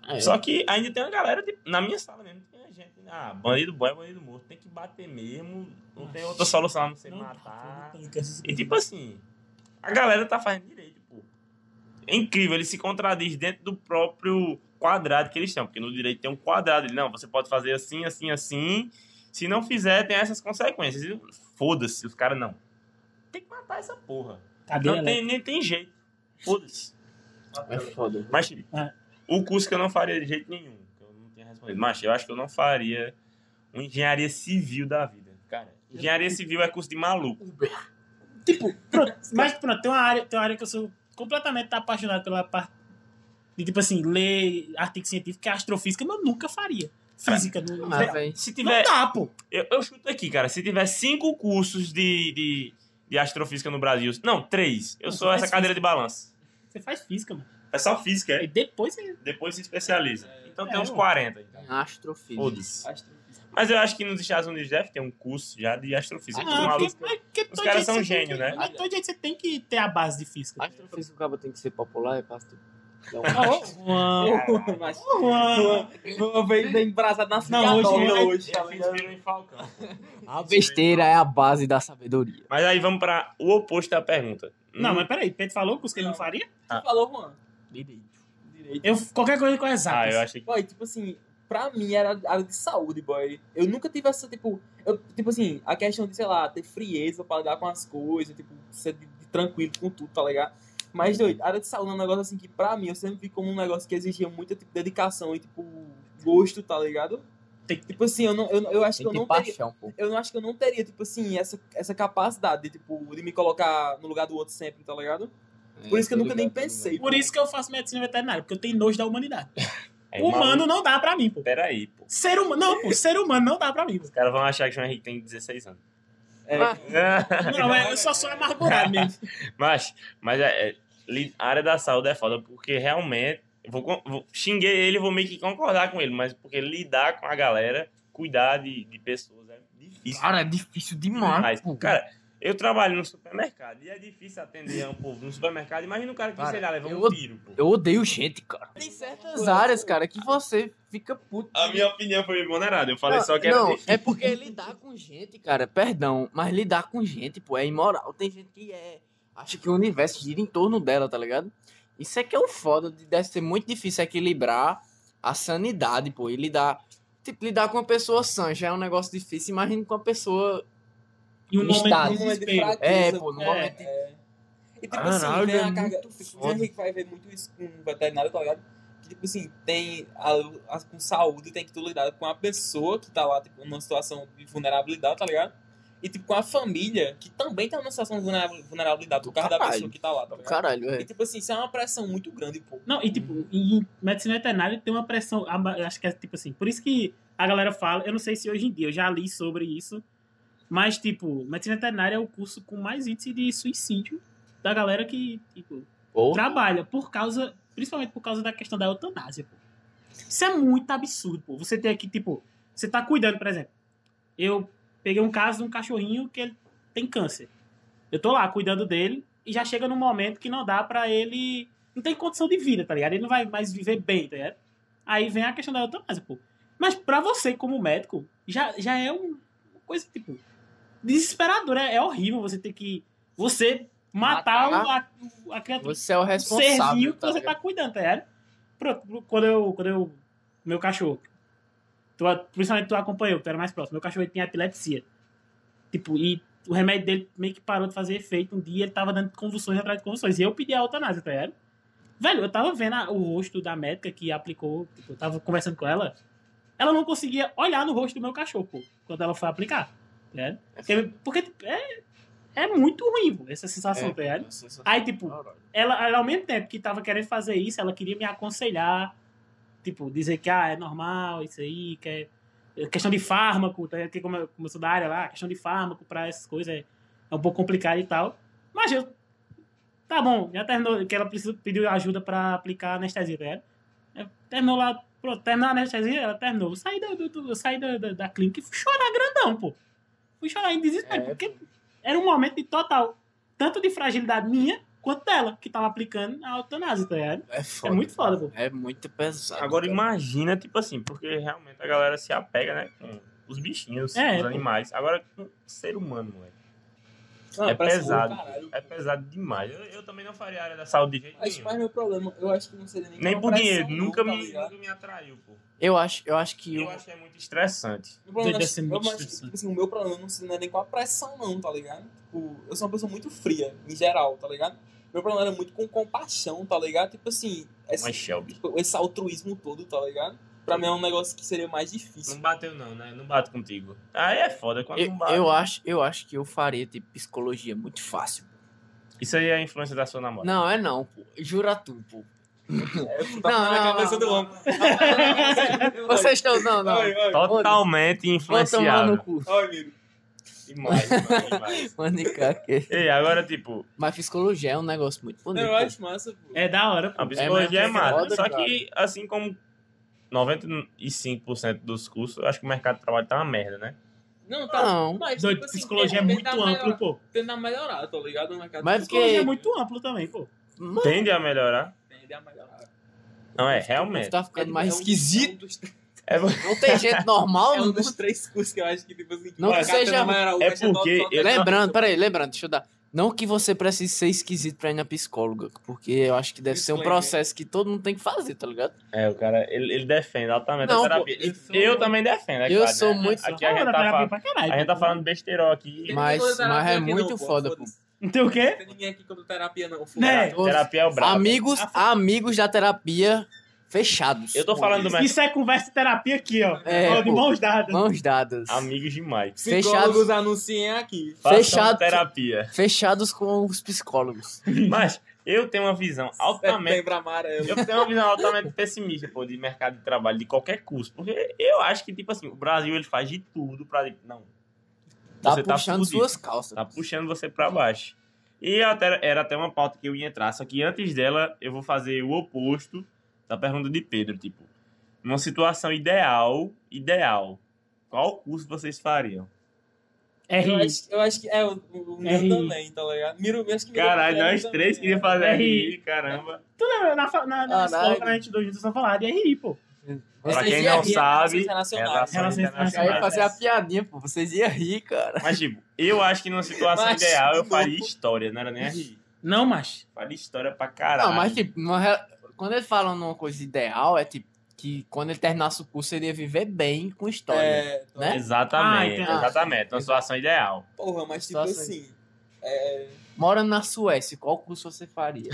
É. Só que ainda tem uma galera, tipo, na minha sala mesmo, tem a gente, ah, bandido bom é bandido morto, tem que bater mesmo, não tem outra solução a não ser Não dá, matar. pô, não tem essas E tipo assim, a galera tá fazendo direito, pô. É incrível, ele se contradiz dentro do próprio quadrado que eles têm, porque no direito tem um quadrado, ele, não, você pode fazer assim, assim, assim, se não fizer, tem essas consequências. E foda-se, os caras não. Tem que matar essa porra. Cadeira Não tem, nem tem jeito. Foda-se. É foda. Mas, tipo, É. o curso que eu não faria de jeito nenhum, que eu não tinha respondido. Mas eu acho que eu não faria uma engenharia civil da vida. Cara, engenharia civil é curso de maluco. Tipo, pronto, mas pronto, tem uma área, tem uma área que eu sou completamente apaixonado pela parte de, tipo assim, ler artigo científico, que é astrofísica, mas eu nunca faria. Física, não, Ah, véi. Se não tiver. dá, pô. Eu, eu chuto aqui, cara. Se tiver cinco cursos de, de, de astrofísica no Brasil. Não, três. Eu Não, sou você essa faz cadeira de balanço. Você faz física, mano. É só física, E é? depois você... Depois se especializa. Então tem É, uns mano. quarenta. Então. Astrofísica. Foda-se. Astrofísica. Mas eu acho que nos Estados Unidos deve ter um curso já de astrofísica. Ah, Os Ah, malucos- porque, porque os todo caras jeito são você gênio, tem que- né? Mas todo jeito você tem que ter a base de física. Astrofísica o cabo tem que ser popular, é pastor. Então, Mas Juan vem vem embrasado na Não, hoje cigarrola é- hoje. tá Eles ligado? viram em Falcão. a besteira é a base da sabedoria. Mas aí vamos para o oposto da pergunta. Não, Hum, mas peraí, Pedro falou que os que ele não faria? Tu falou, Juan. Direito. Direito. Eu, qualquer coisa com exatas. Ah, eu achei que. Boy, tipo assim, pra mim era área de saúde, boy. Eu nunca tive essa, tipo... Eu, tipo assim, a questão de, sei lá, ter frieza pra lidar com as coisas, tipo, ser de, de tranquilo com tudo, tá ligado? Mas, doido, a área de saúde é um negócio assim que, pra mim, eu sempre vi como um negócio que exigia muita, tipo, dedicação e, tipo, gosto, tá ligado? Tem- Tipo assim, eu, não, eu, eu acho Tem que eu que não ter teria... paixão, pô. Eu não acho que eu não teria, tipo assim, essa, essa capacidade de, tipo, de me colocar no lugar do outro sempre, tá ligado? Por isso que eu tô nunca nem ligado, tô pensei. Por isso que eu faço medicina veterinária, porque eu tenho nojo da humanidade. É, Humano maluco. não dá pra mim, pô. Peraí, pô. Ser humano, não, pô, ser humano não dá pra mim. Pô. Os caras vão achar que o João Henrique tem dezesseis anos. É, Ah, Não, é, eu só sou amargurado mesmo. Mas, mas é, é, li- a área da saúde é foda, porque realmente. eu Vou, con- vou, xinguei ele, vou meio que concordar com ele, mas porque lidar com a galera, cuidar de, de pessoas é difícil. Cara, é difícil demais, demais. pô. Cara, eu trabalho no supermercado e é difícil atender um povo no supermercado. Imagina o cara que, Cara, sei lá, leva eu um tiro, pô. Eu odeio gente, cara. Tem certas áreas, cara, que você fica puto. A minha opinião foi vulnerável. Eu falei não, só que era não, difícil. é porque lidar com gente, cara, perdão, mas lidar com gente, pô, é imoral. Tem gente que é. Acha que o universo gira em torno dela, tá ligado? Isso é que é o foda, de- deve ser muito difícil equilibrar a sanidade, pô, e lidar. Tipo, lidar com uma pessoa sã já é um negócio difícil. Imagina com uma pessoa. E um momento Estado. de num momento de desespero. fraqueza, É, pô, no É. momento. É. E tipo Caralho, assim, vem é a carga. muito Tipo, foda. o Henrique vai ver muito isso com o veterinário, tá ligado? Que tipo assim, tem a, a- com saúde, tem que tu lidar com a pessoa que tá lá, tipo, numa situação de vulnerabilidade, tá ligado? E tipo, com a família, que também tá numa situação de vulnera- vulnerabilidade, por causa da Caralho. pessoa que tá lá, tá ligado? Caralho, é. E tipo assim, isso é uma pressão muito grande, pô. Não, e tipo, em medicina veterinária tem uma pressão, a- acho que é tipo assim, por isso que a galera fala, eu não sei se hoje em dia, eu já li sobre isso, mas tipo, medicina veterinária é o curso com mais índice de suicídio da galera que, tipo, Porra. trabalha por causa, principalmente por causa da questão da eutanásia, pô. Isso é muito absurdo, pô. Você tem aqui, tipo, você tá cuidando, por exemplo, eu peguei um caso de um cachorrinho que ele tem câncer. Eu tô lá cuidando dele e já chega num momento que não dá pra ele, não tem condição de vida, tá ligado? Ele não vai mais viver bem, tá ligado? Aí vem a questão da eutanásia, pô. Mas pra você, como médico, já, já é um- uma coisa, tipo, desesperadora. É, é horrível você ter que, você matar, Matar. o- a, a criatura. Você é o Um responsável. serzinho que tá você ligado? tá cuidando, tá ligado? Pronto, quando eu, quando eu, meu cachorro, tu, principalmente tu acompanhou, tu era mais próximo, meu cachorro ele tinha epilepsia. Tipo, e o remédio dele meio que parou de fazer efeito. Um dia ele tava dando convulsões atrás de convulsões. E eu pedi a eutanásia, tá ligado? Velho, eu tava vendo a- o rosto da médica que aplicou, tipo, eu tava conversando com ela, ela não conseguia olhar no rosto do meu cachorro, pô, quando ela foi aplicar, tá ligado? Porque, porque tipo, é, é muito ruim, pô, essa sensação, tá ligado? Aí, tipo, ela, ela, ao mesmo tempo que tava querendo fazer isso, ela queria me aconselhar, tipo, dizer que, ah, é normal isso aí, que é é questão de fármaco, tá? Que como eu, como eu sou da área lá, questão de fármaco pra essas coisas é, é um pouco complicado e tal. Mas eu, tá bom, já terminou, que ela precisa, pediu ajuda pra aplicar anestesia, tá ligado? É, terminou lá, pronto, terminou a anestesia, ela terminou. Eu saí, da, do, do- eu saí da, da, da clínica e fui chorar grandão, pô. Fui chorar em desespero, É, porque era um momento de total, tanto de fragilidade minha, quanto dela, que tava aplicando a eutanásia, tá ligado? É É foda. muito foda, pô. É muito pesado. Agora cara. imagina, tipo assim, porque realmente a galera se apega, né, com os bichinhos, É, os pô. animais. Agora, com o ser humano, moleque. Não, É parece pesado. que, caralho. É pesado demais. Eu, eu também não faria área da saúde de jeito Mas, nenhum. mas meu problema, eu acho que não seria nem, Nem uma por pressão, dinheiro. não, Nunca, tá me, ligado? nunca me atraiu, pô. Eu acho, eu acho que Eu eu, acho que é muito estressante. Meu problema, Deve ser eu, muito mas, estressante. tipo assim, o meu problema não, não é nem com a pressão, não, tá ligado? Tipo, eu sou uma pessoa muito fria, em geral, tá ligado? Meu problema era muito com compaixão, tá ligado? Tipo assim, esse, Mas Shelby. tipo, esse altruísmo todo, tá ligado? Pra mim é um negócio que seria mais difícil. Não bateu não, né? Não bate contigo. Aí é foda quando eu, não bate. eu acho, eu acho que eu faria tipo psicologia muito fácil. Isso aí é a influência da sua namorada. Não, é não, pô. Jura tu, pô. É, tu tá Não, falando na não, cabeça não, do não. homem. Vocês estão não, não. Oi, oi. Totalmente Vou tomar influenciado. no cu. Oi, amigo. Demais, mano, demais. Manica, que- Ei, agora, tipo, Mas psicologia é um negócio muito bonito. Eu pô. acho massa, pô. É da hora, pô. a psicologia é, mas é massa. foda, Só cara. que, assim como noventa e cinco por cento dos cursos, eu acho que o mercado de trabalho tá uma merda, né? Não, tá. Não. Mas, Doido, tipo assim, psicologia é tenta- muito tenta amplo, melhorar- pô. Tenta melhorar, tá ligado? No mercado Mas de Psicologia é porque- muito amplo também, pô. Mano, Tende a melhorar. Tende a melhorar. Não, é, você realmente. tá ficando É mais um- esquisito. É um dos, É, Não tem gente normal é um no dos mundo. três cursos que eu acho que, tipo assim, Não que o cara seja- tenta melhorar, o é resto porque todo- eu- Lembrando, peraí, lembrando, deixa eu dar. Não que você precise ser esquisito pra ir na psicóloga, porque eu acho que deve ser um Disclaimer. processo que todo mundo tem que fazer, tá ligado? É, o cara, ele, ele defende altamente Não, a terapia. pô, eu eu sou muito- também defendo, é eu claro, sou né? muito- Aqui a Fala gente da tá, terapia falando, pra caralho. a gente tá pô. falando besteirol aqui. Tem Mas- ninguém contra mas terapia é aqui muito não, pô, foda, pô. foda-se. Não tem o quê? Não tem ninguém aqui contra terapia, não. Né? foda-se. Terapia é o brabo. Amigos, amigos da terapia fechados. Eu tô falando do mercado. Isso é conversa e terapia aqui, ó. É, Ó, de pô. mãos dadas. Mãos dadas. Amigos demais. Psicólogos anunciem aqui. Façam Fechado. terapia. Fechados com os psicólogos. Mas eu tenho uma visão altamente. Setembro amarelo. Eu tenho uma visão altamente pessimista, pô, de mercado de trabalho, de qualquer curso. Porque eu acho que, tipo assim, o Brasil ele faz de tudo pra. Não. Tá Você tá puxando fudido. suas calças. Tá puxando você pra baixo. E até, era até uma pauta que eu ia entrar, só que antes dela eu vou fazer o oposto da pergunta de Pedro, tipo, numa situação ideal, ideal, qual curso vocês fariam? Eu R I. acho, eu acho que é o, o meu R I. também, tá ligado? Miro, acho que Miro Caralho, também, nós também, três queríamos fazer R R I. I, caramba. Tu lembra, na, fa- na, na Ah, escola, não. quando a gente dois juntos só falar de R I, pô. Pra Vocês quem iam não rir. sabe, Internacionais. relações Relações Eu ia internacionais. fazer a piadinha, pô. Vocês iam rir, cara. Mas, tipo, eu acho que numa situação Mas, ideal eu de faria novo. história, não era nem R I. Não, mas. Faria história pra caralho. Não, mas tipo, numa re- quando ele fala numa coisa ideal, é tipo que quando ele terminasse o curso, ele ia viver bem com história. É, tá Né? Ah, Exatamente, entendi. exatamente. Uma situação ideal. porra, mas tipo Só assim. assim. É. Morando na Suécia, qual curso você faria?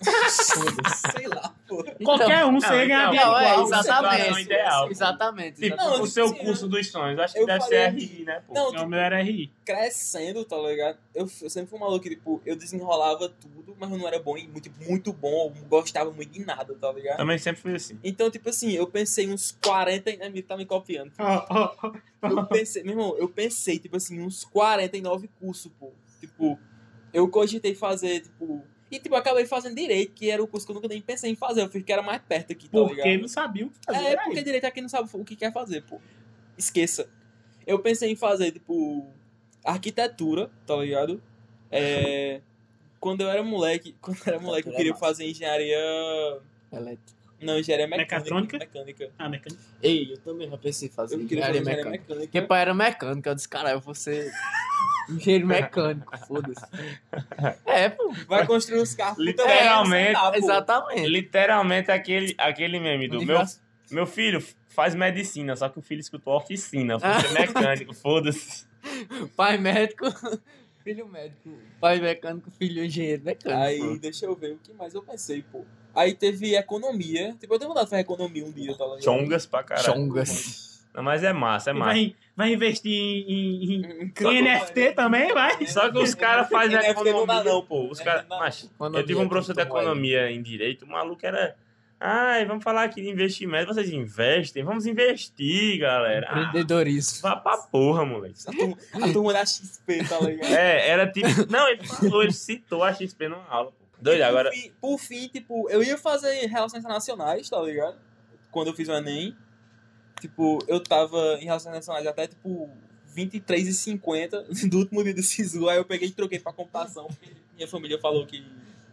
Sei lá, porra. Qualquer um, você não, ia ganhar então, dinheiro Não, é, igual. situação exatamente. ideal, pô. Exatamente. Tipo, exatamente. Não, o seu sim, curso dos sonhos, acho que eu deve faria- ser R I, né, pô? Não, Não, o meu era R I. Crescendo, tá ligado? Eu, eu sempre fui um maluco que, tipo, eu desenrolava tudo, mas eu não era bom em muito, muito bom, eu gostava muito de nada, tá ligado? Também sempre fui assim. Então, tipo assim, eu pensei uns quarenta. e- Amigo, tá me copiando. Ó, ó, ó. Eu pensei, meu irmão, eu pensei, tipo assim, uns quarenta e nove cursos, pô. Tipo, eu cogitei fazer, tipo. E, tipo, eu acabei fazendo direito, que era o curso que eu nunca nem pensei em fazer. Eu fiz que era mais perto aqui, tá Porque ligado? não sabia o que fazer. É, era porque isso. direito aqui não sabe o que quer fazer, pô. Esqueça. Eu pensei em fazer, tipo, arquitetura, tá ligado? É. Quando eu era moleque, quando eu era moleque, eu Arquitetura é queria massa. fazer engenharia. Elétrico. Não, engenharia mecânica. Mecatrônica? Mecânica. Ah, mecânica. Ei, eu também já pensei em fazer Eu queria fazer engenharia engenharia mecânica. mecânica. Porque pai era mecânico, eu disse, caralho, eu vou ser engenheiro mecânico, foda-se. É, pô. Vai construir os carros. puta Literalmente, merda, sei lá, pô. Exatamente. Literalmente aquele, aquele meme do meu, Universo- meu filho faz medicina, só que o filho escutou oficina, foi ser mecânico, foda-se. Pai médico, filho médico. Pai mecânico, filho engenheiro mecânico. Aí, deixa eu ver o que mais eu pensei, pô. Aí teve economia. Tipo, eu tenho vontade de fazer economia um dia, tá ligado? Chongas pra caralho. Chongas. Não, mas é massa, é E massa. vai, vai investir em, em, em- Só em que- N F T também, vai? Só que os caras fazem N F T não dá economia, não, pô. Os N F T caras... não dá Mas Economia, eu tive um professor de criptomoeda. economia em direito, o maluco era... Ai, vamos falar aqui de investimento. Vocês investem? Vamos investir, galera. Ah, Empreendedorismo. vá pra porra, moleque. A turma, a turma da X P, tá ligado? É, era tipo... Não, ele falou, ele citou a X P numa aula, pô. Doido, Por agora... fim- Por fim, tipo, eu ia fazer relações internacionais, tá ligado? Quando eu fiz o Enem. Tipo, eu tava em relações internacionais até, tipo, vinte e três e cinquenta do último dia do SISU. Aí eu peguei e troquei pra computação, porque minha família falou que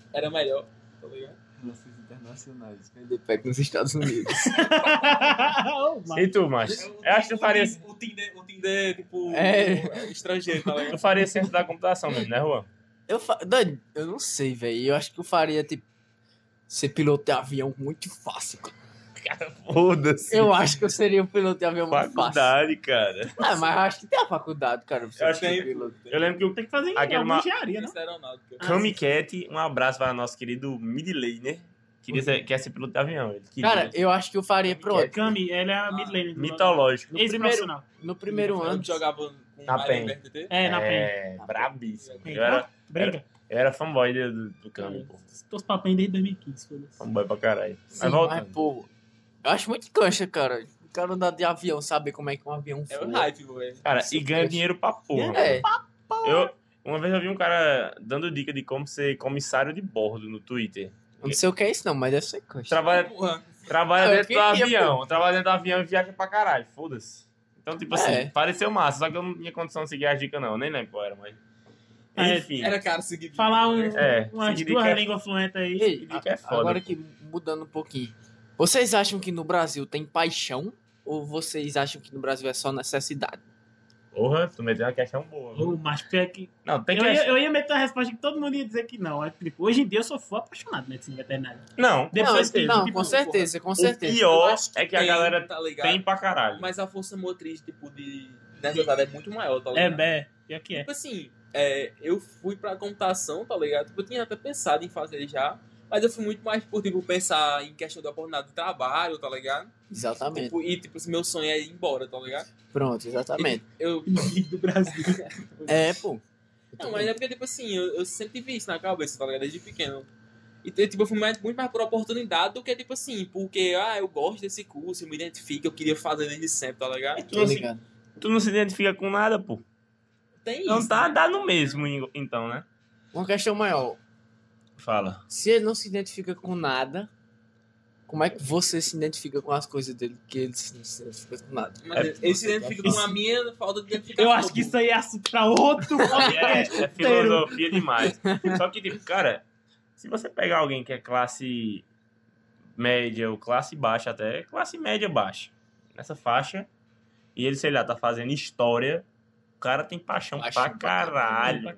era melhor, tá ligado? Relações internacionais. Vender pack nos Estados Unidos. E tu, macho? Eu acho que tu faria, O Tinder, o Tinder tipo, É. o estrangeiro, tá ligado? tu faria ciência da computação mesmo, né, Juan? Eu, fa... Dani, eu não sei, velho. Eu acho que eu faria, tipo, ser piloto de avião muito fácil, cara. Cara, foda-se. Eu acho que eu seria um piloto de avião muito fácil. Faculdade, cara. Ah, mas eu acho que tem a faculdade, cara. pra você Eu acho ser que- piloto. Eu lembro que o Tem que fazer Aquele alguma ma- engenharia, não? Isso era aeronáutica. Cami Cat, um abraço para nosso querido Midlaner. Queria ser, quer ser piloto de avião. Ele queria. Cara, eu acho que eu faria, pronto. Cami, ela é a mid-lane. do- Mitológico. Ex-profissional. No primeiro ano, Eu jogava com Na Mario PEN. no B R T T. É, na PEN. É, brabíssimo. Eu era, Briga. eu era fanboy do, do Cami, pô. Tô os papéis desde dois mil e quinze, foda-se. Fanboy pra caralho. sim, Mas mas, voltando. pô, eu acho muito cancha, cara. O cara andar de avião, saber como é que um avião É o voa. hype, velho. Cara, Isso e ganha cancha. dinheiro pra porra. É, Eu, uma vez eu vi um cara dando dica de como ser comissário de bordo no Twitter. eu não sei o que é isso não, mas deve ser cancha. Trabalha, Porra. trabalha Eu dentro do queria, avião. Trabalha dentro do avião e viaja pra caralho. Foda-se. Então, tipo assim, É. pareceu massa. Só que eu não tinha condição de seguir as dicas, não. Eu nem lembro qual era, mas... É, Enfim. Era caro seguir. Falar um, É, umas seguir duas dica é- línguas fluentes aí. Ei, dica é a- foda, agora pô. que mudando um pouquinho. Vocês acham que no Brasil tem paixão? Ou vocês acham que no Brasil é só necessidade? Porra, tu meteu uma questão boa. viu? Ô, mas pior que... Não, tem Eu que... ia, eu ia meter uma resposta que todo mundo ia dizer que não. É, tipo, hoje em dia eu sou fã apaixonado por medicina veterinária. Não, com Depois certeza. Não, tipo, com certeza, com O certeza. pior Eu acho é que a tem, galera tá ligado? tem pra caralho. Mas a força motriz, tipo, de necessidade é muito maior, tá É, ligado? é, pior que é. Tipo assim, é, eu fui pra computação, tá ligado? Tipo, eu tinha até pensado em fazer já, mas eu fui muito mais por, tipo, pensar em questão da oportunidade de trabalho, tá ligado? Exatamente. Tipo, e, tipo, meu sonho é ir embora, tá ligado? Pronto, exatamente. Eu... do Brasil. É, pô. Não, mas é porque, tipo assim, eu, eu sempre tive isso na cabeça, tá ligado? Desde pequeno. E, tipo, eu fui mais, muito mais por oportunidade do que, tipo assim, porque, ah, eu gosto desse curso, eu me identifico, eu queria fazer desde sempre, tá ligado? Tu Tô não, se, ligado. tu não se identifica com nada, pô. Tem Não isso. tá, né? dá no mesmo, então, né? Uma questão maior. Fala. Se ele não se identifica com nada, como é que você se identifica com as coisas dele? Que ele se- não se identifica com nada. Mas ele se identifica com a minha falta de identificação. Eu acho que isso aí é assunto pra outro É, podcast é inteiro. filosofia demais. Só que, tipo, cara, se você pegar alguém que é classe média ou classe baixa até, classe média baixa, nessa faixa, e ele, sei lá, tá fazendo história, o cara tem paixão, Paixão pra pra caralho.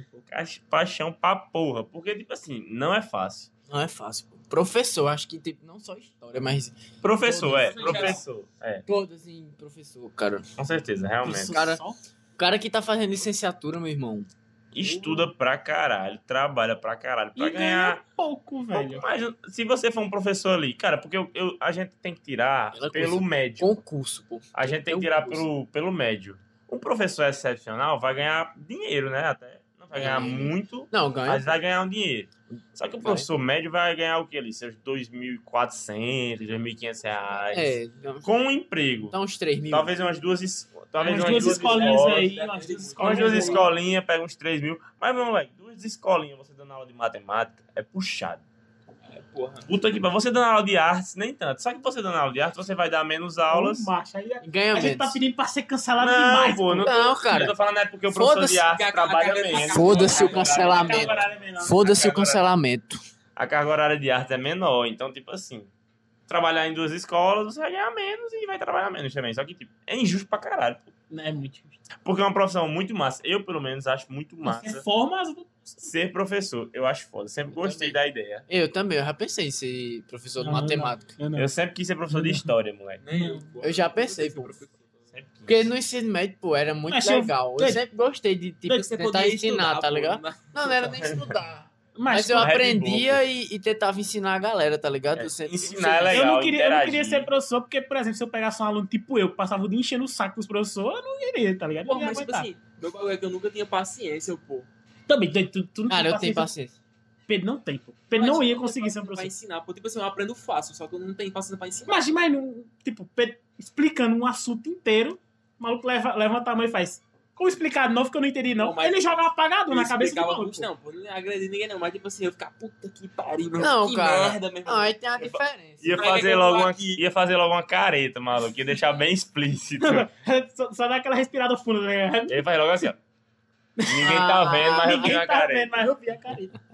Paixão pra porra. Porque, tipo assim, não é fácil. Não é fácil, pô. Professor, acho que tipo, não só história, mas Professor, é. Todas, Professor. É, todas em professor, cara. com certeza, realmente. Cara, O cara que tá fazendo licenciatura, meu irmão. Estuda pra caralho, trabalha pra caralho, pra E ganhar... ganha pouco, velho. Mas se você for um professor ali, cara, porque eu, eu- a gente tem que tirar Ela pelo consegue- médio. Concurso, pô. A gente tem que Tem um tirar curso. pelo, pelo médio. Um professor excepcional vai ganhar dinheiro, né? Até não vai ganhar Hum. muito, Não, ganha. mas vai ganhar um dinheiro. Só que o Vai. professor médio vai ganhar o que ali? Seus dois mil e quatrocentos, dois mil e quinhentos reais. É, Com um emprego. dá uns três mil. Talvez umas duas, es- talvez Umas umas duas escolinhas escolas, aí, deve umas ter duas umas Umas escolinhas. duas aí. escolinhas, pega uns três mil. Mas, meu moleque, duas escolinhas você dando aula de matemática é puxado. É, porra. Puta que pariu. Você dando aula de artes, nem tanto. Só que você dando aula de artes, você vai dar menos aulas. Ô, macho, aí a- Ganha a gente tá menos. pedindo pra ser cancelado Não, demais. pô, não, Não, tô, cara. Eu tô falando é porque o professor Foda-se. de arte A- a- trabalha a- a- menos. Foda-se o A cancelamento. carga horária é menor. Foda-se o Agora- cancelamento. A carga horária de arte é menor. Então, tipo assim, trabalhar em duas escolas, você vai ganhar menos e vai trabalhar menos também. Só que, tipo, é injusto pra caralho. Pô. É muito justo. Porque é uma profissão muito massa. Eu, pelo menos, acho muito Você massa forma as... ser professor. Eu acho foda. Sempre Eu gostei também. da ideia. Eu também, eu já pensei em ser professor de Não, não, matemática. Eu não. Eu sempre quis ser professor de história, moleque. Nem eu. pô. Eu já pensei, pô. Sempre quis. Porque no ensino médio, pô, era muito Mas se eu- legal. Eu Doido. sempre gostei de tipo, Você tentar podia ensinar, estudar, tá pô, ligado? na- Não, não era nem estudar. Mas, Mas eu Red Bull, aprendia e, e tentava ensinar a galera, tá ligado? É, Eu sempre- ensinar é eu, legal, não queria, eu não queria interagir. ser professor, porque, por exemplo, se eu pegasse um aluno tipo eu, que passava o dia enchendo o saco dos professores, eu não iria, tá ligado? Pô, Eu não ia mas tipo aguentar. assim, meu bagulho é que eu nunca tinha paciência, pô. Também, tu, tu, tu não Cara, tem eu tenho paciência. paciência. Pedro não tem, pô. Pedro Mas não eu ia tenho conseguir ser um paciência pra professor. ensinar, pô. Tipo assim, eu aprendo fácil, só que eu não tenho paciência pra ensinar. Mas imagina, um, tipo, Pedro explicando um assunto inteiro, o maluco leva, levanta a mão e faz. Como explicar de novo que eu não entendi, não? Pô, mas Ele joga um apagado Eu na cabeça do explicava maluco. muito, não, pô. Não agredi ninguém, não. Mas tipo assim, eu ficar, puta que pariu, meu. Não, que cara. merda, meu irmão. Não, aí tem a diferença. Ia Como é que fazer, eu logo tô uma, aqui? ia fazer logo uma careta, maluco. Ia deixar bem explícito. só, só dá aquela respirada funda, né? Ele faz logo assim, ó. Ninguém Ah, tá vendo, mas eu vi Ninguém a tá careta. vendo, mas eu vi a careta.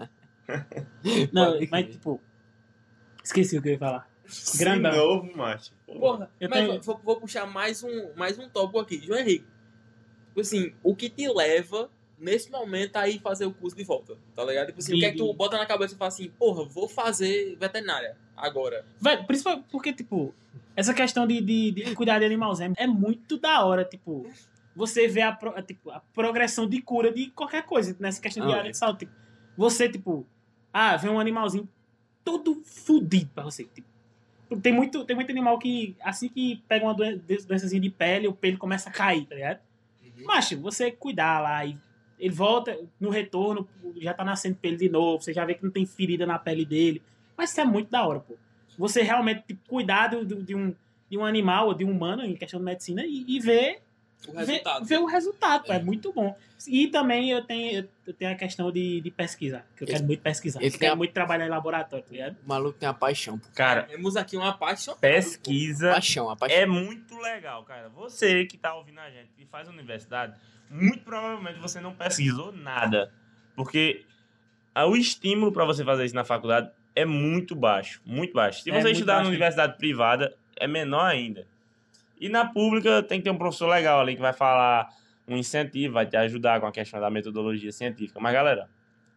Não, Pode mas crer. tipo... Esqueci o que eu ia falar. De Grandão. novo, macho. Porra. Porra, Eu mas tenho- vou, vou puxar mais um, mais um tópico aqui. João Henrique, tipo assim, o que te leva nesse momento a ir fazer o curso de volta, tá ligado? Tipo assim, o que é que tu De- bota na cabeça e fala assim, porra, vou fazer veterinária agora. Velho, principalmente porque, tipo, essa questão de, de, de cuidar de animalzinho é muito da hora, tipo, você vê a, pro- a, tipo, a progressão de cura de qualquer coisa nessa questão de Ah, área é. de saúde. Tipo, você, tipo, ah, vê um animalzinho todo fudido pra você, tipo, tem muito, tem muito animal que, assim que pega uma doen- doençazinha de pele, o pelo começa a cair, tá ligado? Mas, você cuidar lá e ele volta no retorno, já tá nascendo pelo de novo, você já vê que não tem ferida na pele dele. Mas isso é muito da hora, pô. Você realmente tipo, cuidar do, do- de, um, de um animal ou de um humano em questão de medicina e, e ver, O ver, resultado. ver o resultado, pô. É muito bom. E também eu tenho, eu tenho a questão de, de pesquisar, que eu quero muito pesquisar. esse Eu tem quero a- muito trabalhar em laboratório, tá ligado? O maluco tem a paixão, pô. Cara, Temos aqui uma paixão. pesquisa Paixão, a paixão. é muito legal, cara. Você que tá ouvindo a gente e faz universidade, muito provavelmente você não pesquisou nada. Porque ah, o estímulo pra você fazer isso na faculdade é muito baixo. Muito baixo. Se É você muito estudar baixo. na universidade privada, é menor ainda. E na pública tem que ter um professor legal ali que vai falar um incentivo, vai te ajudar com a questão da metodologia científica. Mas, galera,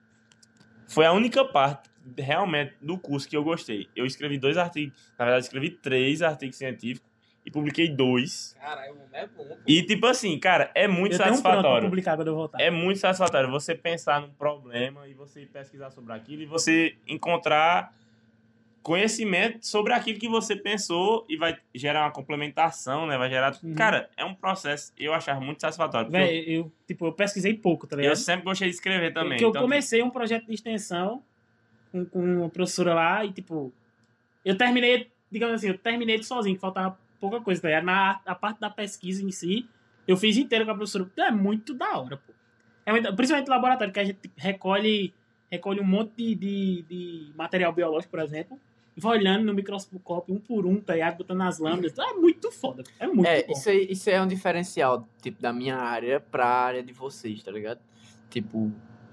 foi a única parte realmente do curso que eu gostei. Eu escrevi dois artigos, na verdade, escrevi três artigos científicos e publiquei dois. Caralho, é bom. pô. E, tipo assim, cara, é muito eu tenho um pronto pra satisfatório. publicar quando eu voltar. É muito satisfatório você pensar num problema e você pesquisar sobre aquilo e você encontrar conhecimento sobre aquilo que você pensou e vai gerar uma complementação, né? Vai gerar... Uhum. Cara, é um processo, eu achava muito satisfatório. porque Véi, eu, tipo, eu pesquisei pouco, tá eu, eu ligado? sempre gostei de escrever também. Porque eu então, comecei um projeto de extensão com, com uma professora lá e, tipo, eu terminei, digamos assim, eu terminei ele sozinho, que faltava pouca coisa, tá ligado? Mas a, a parte da pesquisa em si, eu fiz inteiro com a professora. Então é muito da hora, pô. É muito, principalmente no laboratório, que a gente recolhe, recolhe um monte de, de, de material biológico, por exemplo, e vai olhando no microscópio um por um, tá ligado? Botando as lâminas. Então é muito foda. É muito É, bom. isso, aí, isso aí é um diferencial, tipo, da minha área pra área de vocês, tá ligado? Tipo,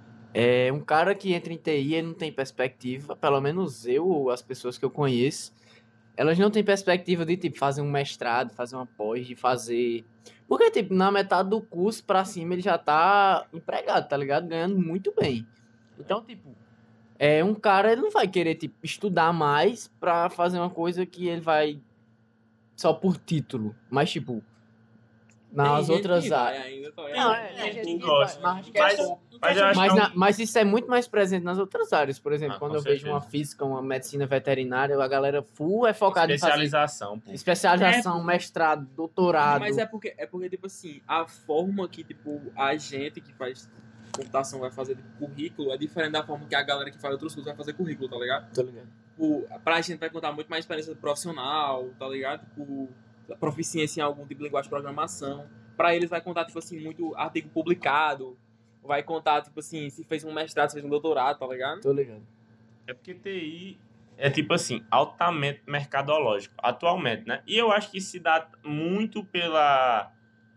é um cara que entra em T I, ele não tem perspectiva, pelo menos eu, ou as pessoas que eu conheço, elas não têm perspectiva de, tipo, fazer um mestrado, fazer uma pós, de fazer... Porque, tipo, na metade do curso pra cima ele já tá empregado, tá ligado? Ganhando muito bem. Então, tipo, é um cara, ele não vai querer, tipo, estudar mais pra fazer uma coisa que ele vai só por título. Mas, tipo, nas Tem gente outras que vai áreas... ainda, tá Não, ligado? é, tem gente que que gosta. vai, mas acho que é Mas- pouco. Mas eu acho Mas, que é um- na- mas isso é muito mais presente nas outras áreas. Por exemplo, Ah, quando com eu vejo certeza. uma física, uma medicina veterinária, a galera full é focada em fazer especialização, pô. especialização, mestrado, doutorado. Mas é porque, é porque, tipo assim, a forma que, tipo, a gente que faz computação vai fazer tipo, currículo é diferente da forma que a galera que faz outros cursos vai fazer currículo, tá ligado? Tô ligado. Tipo, pra gente vai contar muito mais experiência profissional, tá ligado? Tipo, proficiência em algum tipo de linguagem de programação. Pra eles vai contar, tipo assim, muito artigo publicado. Vai contar, tipo assim, se fez um mestrado, se fez um doutorado, tá ligado? Tô ligado. É porque T I é, tipo assim, altamente mercadológico, atualmente, né? E eu acho que se dá muito pela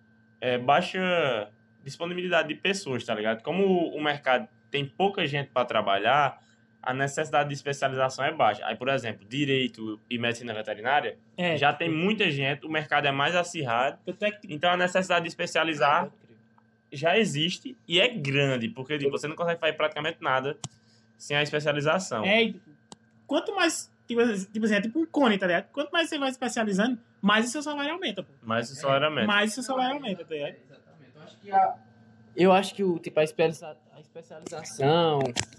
é, baixa disponibilidade de pessoas, tá ligado? Como o, o mercado tem pouca gente para trabalhar, a necessidade de especialização é baixa. Aí, por exemplo, direito e medicina veterinária, É, já tem muita gente, o mercado é mais acirrado, tanto é que, tipo, então a necessidade de especializar já existe e é grande, porque tipo, você não consegue fazer praticamente nada sem a especialização. É, e, tipo, quanto mais. Tipo, tipo assim, é tipo um cone, tá ligado? Quanto mais você vai especializando, mais o seu salário aumenta, pô. Mas o salário aumenta. Mais o seu salário aumenta, tá ligado? Exatamente. Eu acho que a... Eu acho que o, tipo, a, especializa... a especialização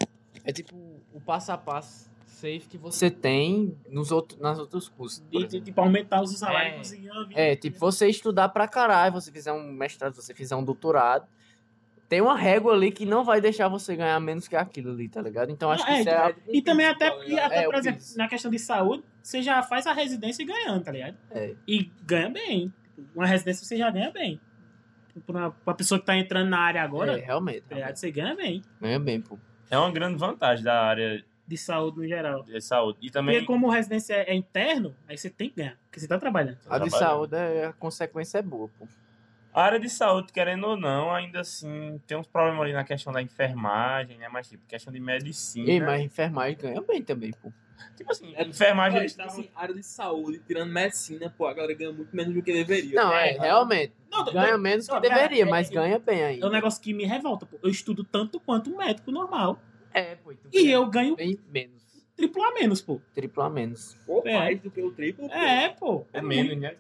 é tipo o passo a passo safe que você tem nos outros, nas outros cursos. por De, de, exemplo. tipo, aumentar o seu salário É. e conseguir uma vida. É, tipo, você estudar pra caralho, você fizer um mestrado, você fizer um doutorado, tem uma régua ali que não vai deixar você ganhar menos que aquilo ali, tá ligado? Então acho que É, isso é... a- E também até, Tá e ligado? até É, por o exemplo, piso. na questão de saúde, você já faz a residência ganhando, tá ligado? É. E ganha bem. Tipo, uma residência você já ganha bem. Pra uma, pra uma pessoa que tá entrando na área agora, É, realmente. tá ligado? Você ganha bem. Ganha bem, pô. É uma grande vantagem da área De saúde no geral. de saúde. E também Porque como residência é interno, aí você tem que ganhar. Porque você tá trabalhando. A de trabalhando. saúde, é, a consequência é boa, pô. A área de saúde, querendo ou não, ainda assim, tem uns problemas ali na questão da enfermagem, né? Mas, tipo, questão de medicina. Ei, mas enfermagem ganha bem também, pô. Tipo assim, enfermagem, Olha, eles tipo estavam... assim, área de saúde, tirando medicina, pô, a galera ganha muito menos do que deveria. Não, é, realmente. Não, Ganha menos que não, deveria, é- mas é- ganha bem É um ainda. negócio que me revolta, pô. Eu estudo tanto quanto um médico normal. É, pô. tu E ganha eu ganho bem menos. triplo a menos, pô. Triplo a menos. Ou É. mais do que o triplo. pô. É, pô. É menos, né?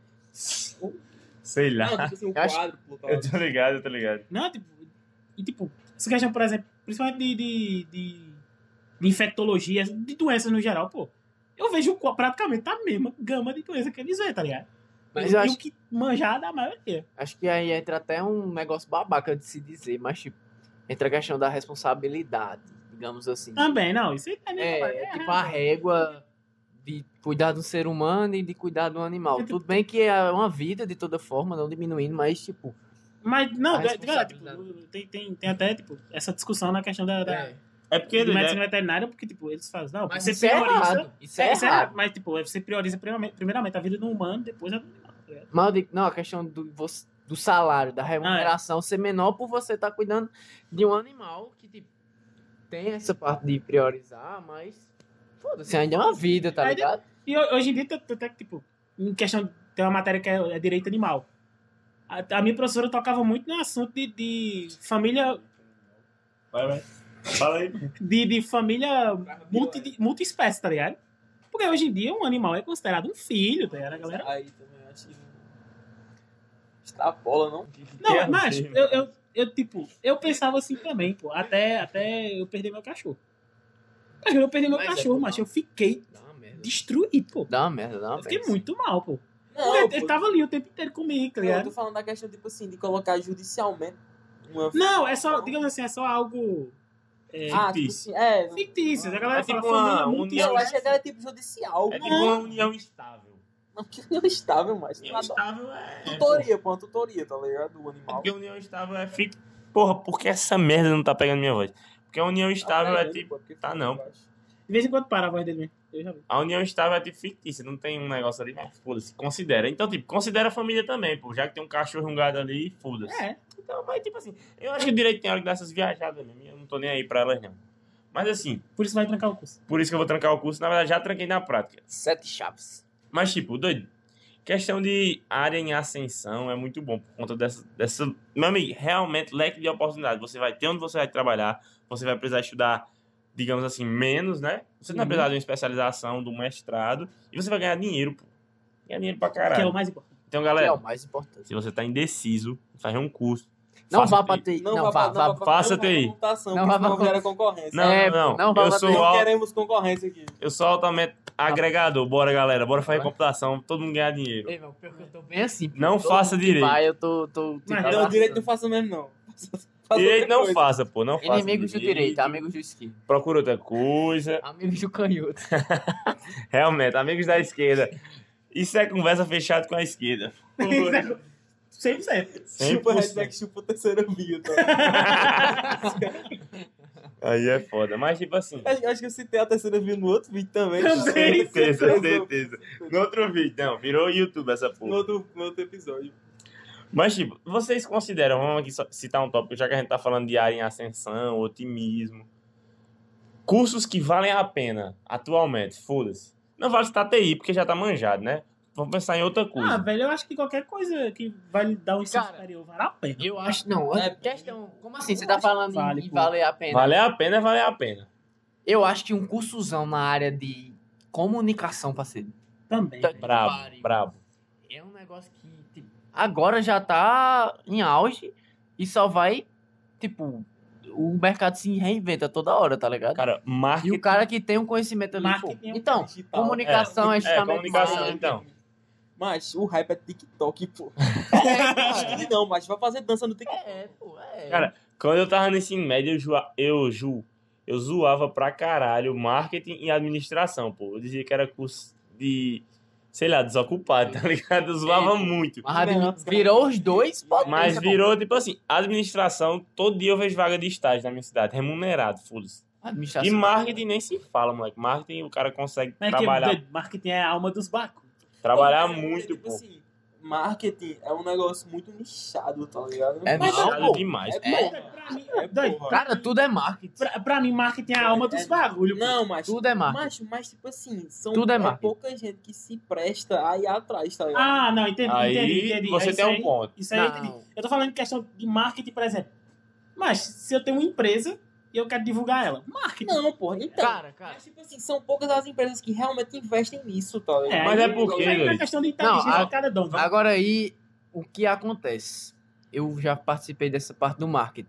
Sei lá. Não, tipo assim, o Eu acho- quadro, pô, tá Eu tô ligado, eu tô ligado. Não, tipo... E, tipo, essa questão, por exemplo, principalmente de, de, de, de infectologia, de doenças no geral, pô. Eu vejo praticamente a mesma gama de doença que eles veem, tá ligado? Mas e eu e acho, o que manjar da maioria. acho que aí entra até um negócio babaca de se dizer, mas tipo, entra a questão da responsabilidade, digamos assim. Também, não. Isso aí tá nem É, é tipo a régua de cuidar do ser humano e de cuidar do animal. É tipo- Tudo bem que é uma vida de toda forma, não diminuindo, mas tipo. Mas, não, A de verdade, tipo, responsabilidade. tem, tem, tem até, tipo, essa discussão na questão da, da É. É porque, de medicina né? veterinária, porque, tipo, eles fazem, não, Mas você isso é prioriza... errado. Isso é, É, isso é errado. errado, mas, tipo, você prioriza primeiramente, primeiramente a vida do humano, depois a do animal, tá ligado? Mas eu digo, não, a questão do, você- do salário, da remuneração ser menor por você estar cuidando de um animal que tipo, tem essa parte de priorizar, mas foda-se, ainda é uma vida, tá Aí, ligado? E ho- hoje em dia, tem até que, tipo, em questão, tem uma matéria que é, é direito animal. A, a minha professora tocava muito no assunto de, de família, Vai, vai. Fala aí. de, de família multi, multi-espécie, tá ligado? Porque hoje em dia um animal é considerado um filho, tá ligado? A galera... Aí também eu acho que não extrapola, não? Não, Quer mas dizer, eu, eu, eu, tipo, eu pensava assim também, pô, até, até eu perder meu cachorro. Mas eu perdi meu Mas é cachorro, por mas mal. eu fiquei Dá uma merda. destruído, pô. Dá uma merda, dá uma Eu fiquei merda. muito mal, pô. Não, Porque pô, ele tava ali o tempo inteiro comigo, tá não, eu tô ligado? falando da questão, tipo assim, de colocar judicialmente uma... Não, é só, digamos assim, é só algo é, Ah, tipo fictício. assim, é... não- fictício. A galera É tipo fala uma família união- multi... Eu achei que era tipo judicial. É Não, tipo uma união estável. não, que união estável, mas... União estável é... Tutoria, pô, uma tutoria, tá ligado? Do É animal. porque união estável é... Fic... Porra, por que essa merda não tá pegando minha voz? Porque a união estável é tipo... Tá, não. De vez em quando para a voz dele mesmo. Eu já vi. A união estável é tipo fictícia, não tem um negócio ali, mas foda-se, considera. Então, tipo, considera a família também, pô. Já que tem um cachorro e um gado ali, foda-se. É. Então, mas tipo assim, eu acho que o direito tem hora que dá essas viajadas mesmo. Eu não tô nem aí pra elas, não. Mas assim, Por isso vai trancar o curso. por isso que eu vou trancar o curso. Na verdade, já tranquei na prática. Sete chaves. Mas, tipo, doido. Questão de área em ascensão é muito bom por conta dessa, dessa. Meu amigo, realmente leque de oportunidade. Você vai ter onde você vai trabalhar, você vai precisar estudar, digamos assim, menos, né? Você não vai Uhum. precisar de uma especialização, de um mestrado, e você vai ganhar dinheiro, pô. Ganhar dinheiro pra Que é caralho. o mais importante. Então, Que é galera, o mais importante. se você tá indeciso, faz um curso. Não faça vá pra T I. T I. Não, vá, vá. faça não vá T I. pra computação, Não porque vá pra senão vira concorrência. Não, É, não, pô, não não. vai Eu bater. sou, Não al- queremos concorrência aqui. eu sou altamente agregador. Bora, galera. Bora fazer Bora. computação. Todo mundo ganhar dinheiro. Ei, meu, pior que eu tô bem assim. pô. Não Todo faça mundo que direito. Vai, eu tô. tô, tô Mas Não, direito não faça mesmo, não. Faça Direito outra não coisa. faça, pô. Não faça. Inimigos do direito, amigos do esquerdo. Procura outra coisa. Amigos do canhoto. Realmente, amigos da esquerda. Isso é conversa fechada com a esquerda. cem por cento. cem Chupa por cento. Redback, chupa a terceira via, tá? Aí é foda. Mas, tipo assim. acho, acho que eu citei a terceira via no outro vídeo também. Também. Certeza, certeza. No outro vídeo, não. Virou YouTube essa No porra. outro, no outro episódio. Mas, tipo, vocês consideram, vamos aqui só citar um tópico, já que a gente tá falando de área em ascensão, otimismo. Cursos que valem a pena atualmente, foda-se. Não vale citar T I, porque já tá manjado, né? Vamos pensar em outra coisa. Ah, velho, eu acho que qualquer coisa que vai lhe dar um ensino Cara, superior vale a pena. Eu acho, não. É, É questão. Como assim? Você tá falando vale, em, em pô. valer a pena? Valer a pena é valer a pena. Eu acho que um cursozão na área de comunicação, parceiro. Também. Tá- velho. Brabo, Pare. brabo. É um negócio que tipo, agora já tá em auge e só vai, tipo, o mercado se reinventa toda hora, tá ligado? Cara, E marketing... o cara que tem um conhecimento ali, pô. Marketing é um Então, digital. comunicação é, É, justamente comunicação, marketing. então. Mas o hype é TikTok, pô. É, cara. Estude não, mas vai fazer dança no TikTok. É, pô, é. Cara, quando eu tava no ensino médio, eu, zoa- eu, ju, eu zoava pra caralho marketing e administração, pô. Eu dizia que era curso de, sei lá, desocupado, tá ligado? Eu zoava É, muito. Mas admi- virou os dois, pode Mas virou, tipo assim, administração, todo dia eu vejo vaga de estágio na minha cidade, remunerado, foda-se. E Administração. marketing nem se fala, moleque. Marketing o cara consegue Mas é que, trabalhar, doido, marketing é a alma dos bacos. trabalhar Pô, mas é muito, tipo pô. assim, marketing é um negócio muito nichado, tá ligado? É Mas não, Nichado pô. demais. É, Mas, porra. pra mim, É, doido, porra. Cara, tudo é marketing. pra, pra mim, marketing é a alma dos É- bagulhos. pô. Não, mas... Tudo é marketing. Mas, mas, tipo assim, são Tudo é é marketing. pouca gente que se presta a ir atrás, tá ligado? Ah, não, entendi, Aí entendi, entendi. você É isso tem um aí, ponto. Isso aí eu Não. entendi. Eu tô falando em questão de marketing, por exemplo. Mas, se eu tenho uma empresa e eu quero divulgar ela, marketing. Não, porra, então... Cara, cara. Mas, tipo assim, são poucas as empresas que realmente investem nisso, tá ligado? Mas aí- é porque, isso aí é doido. questão de inteligência Não, a- de cada dono. Agora aí, o que acontece? Eu já participei dessa parte do marketing.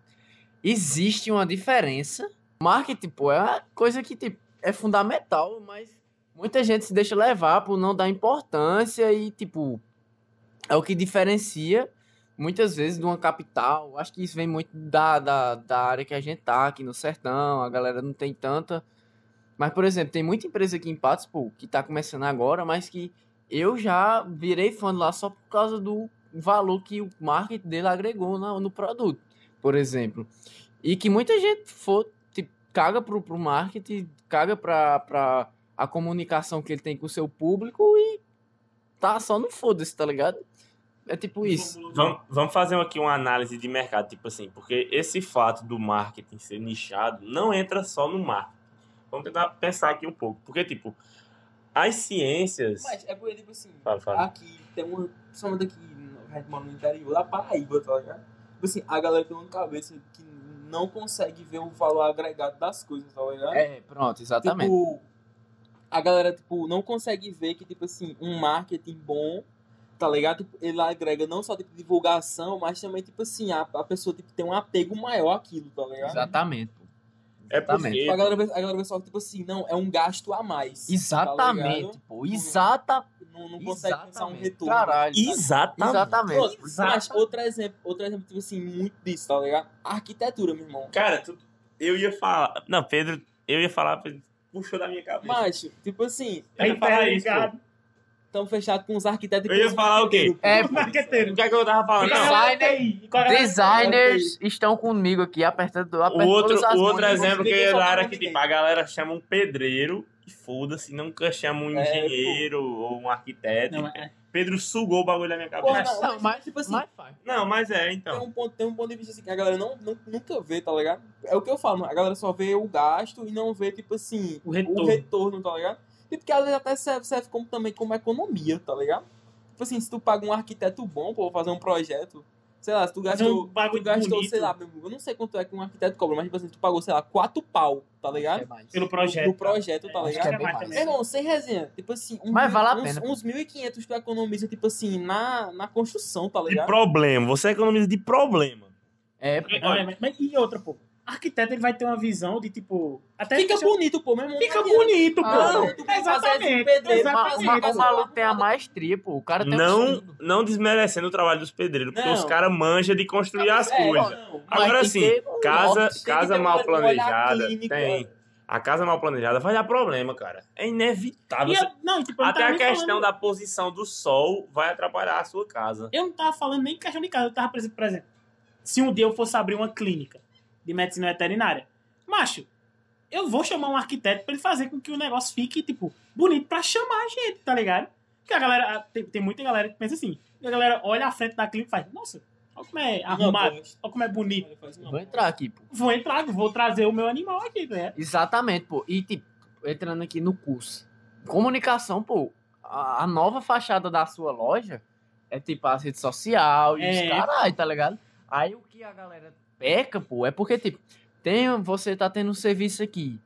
Existe uma diferença. Marketing, pô, é uma coisa que tipo, é fundamental, mas muita gente se deixa levar por não dar importância e, tipo, é o que diferencia muitas vezes de uma capital. Acho que isso vem muito da, da, da área que a gente tá aqui no sertão, a galera não tem tanta. Mas, por exemplo, tem muita empresa aqui em Patos, pô, que tá começando agora, mas que eu já virei fã de lá só por causa do valor que o marketing dele agregou no, no produto, por exemplo. E que muita gente for, tipo, caga pro, pro marketing, caga pra, pra a comunicação que ele tem com o seu público e tá só no foda-se, tá ligado? É tipo isso. Vamos, vamos fazer aqui uma análise de mercado, tipo assim, porque esse fato do marketing ser nichado não entra só no marketing. Vamos tentar pensar aqui um pouco, porque, tipo, as ciências... Mas é porque, tipo assim, Fala, fala. aqui tem uma... Principalmente aqui, a gente mora no interior da Paraíba, tá ligado? Tipo assim, a galera tem uma cabeça que não consegue ver o valor agregado das coisas, tá ligado? É, pronto, exatamente. Tipo, a galera, tipo, não consegue ver que, tipo assim, um marketing bom, tá ligado? Tipo, ele agrega não só, tipo, divulgação, mas também, tipo assim, a, a pessoa, tipo, tem um apego maior àquilo, tá ligado? Exatamente. pô. É Exatamente. porque... Tipo, a galera, vê, a galera vê só, tipo assim, não, é um gasto a mais. tá Exatamente, ligado? pô. Exata... Não, não consegue pensar um Exatamente. retorno. Caralho. Exatamente. Exatamente. Pronto, mas outro exemplo, outro exemplo, tipo assim, muito disso, tá ligado? Arquitetura, meu irmão. Cara, tu, eu ia falar... Não, Pedro, eu ia falar... Puxou da minha cabeça. Mas, tipo assim, Eu ia Aí falar tá isso, pô. ligado. estão fechados com os arquitetos e Eu com ia os falar o quê? marqueteiros, pô. É, Os marqueteiros. O que é que eu tava falando? Não, Designer- Designers estão comigo aqui, apertando, O apertando outro, todas as o outro mãos. exemplo que eu ninguém ia só dar fala era com que ninguém. tipo, a galera chama um pedreiro e foda-se, nunca chama um É, engenheiro ou um arquiteto. Não, é. Pedro sugou o bagulho da minha Porra, cabeça. não, Não, mas, tipo assim, mas faz. Não, mas é, Tem então. um, ponto, tem um ponto de vista assim que a galera não, não- nunca vê, tá ligado? É o que eu falo, a galera só vê o gasto e não vê, tipo assim, O retorno. o retorno, tá ligado? E porque às vezes até serve, serve como, também como economia, tá ligado? Tipo assim, se tu paga um arquiteto bom, pô, fazer um projeto, sei lá, se tu gastou, um bagulho tu gastou bonito. sei lá, meu amigo, eu não sei quanto é que um arquiteto cobra, mas tipo assim, tu pagou, sei lá, quatro pau, tá ligado? É mais. Pelo projeto. No projeto, tá acho ligado? que é bem mais mais. também. Meu irmão, sem resenha, tipo assim, um Mas mil- vale a uns, pena. uns mil e quinhentos tu economiza, tipo assim, na, na construção, tá De ligado? problema. Você economiza de problema. É, pô. Olha, mas- mas e outra, pô? Arquiteto, ele vai ter uma visão de, tipo... Até Fica questão- bonito, pô, meu irmão. Fica não adianta. bonito, pô. Ah, não, tu vai fazer Exatamente. esse pedreiro, Ma- fazer ma- casa o maluco lá, tem a nada. maestria, pô. O cara tem um Não, estudo. não desmerecendo o trabalho dos pedreiros, porque Não. os caras manjam de construir as É, coisas. não, Mas Agora tem sim, que ter um casa, norte, tem que casa ter mal um olhar planejada clínico, tem. A casa mal planejada vai dar problema, cara. É inevitável. E eu, não, tipo, eu não Até tava a nem questão falando- da posição do sol vai atrapalhar a sua casa. Eu não tava falando nem questão de casa. Eu tava, por exemplo, por exemplo, se um dia eu fosse abrir uma clínica de medicina veterinária, macho, eu vou chamar um arquiteto pra ele fazer com que o negócio fique, tipo, bonito pra chamar a gente, tá ligado? Porque a galera, tem, tem muita galera que pensa assim, a galera olha à frente da clínica e faz, nossa, olha como é arrumado, gosto. olha como é bonito. Ele faz uma Vou entrar aqui, pô. Vou entrar, vou trazer o meu animal aqui, né? Exatamente, pô. E, tipo, entrando aqui no curso. Comunicação, pô. A, a nova fachada da sua loja é, tipo, a rede social e É. os caralho, tá ligado? Aí o que a galera peca, pô, é porque, tipo, tem, você tá tendo um serviço aqui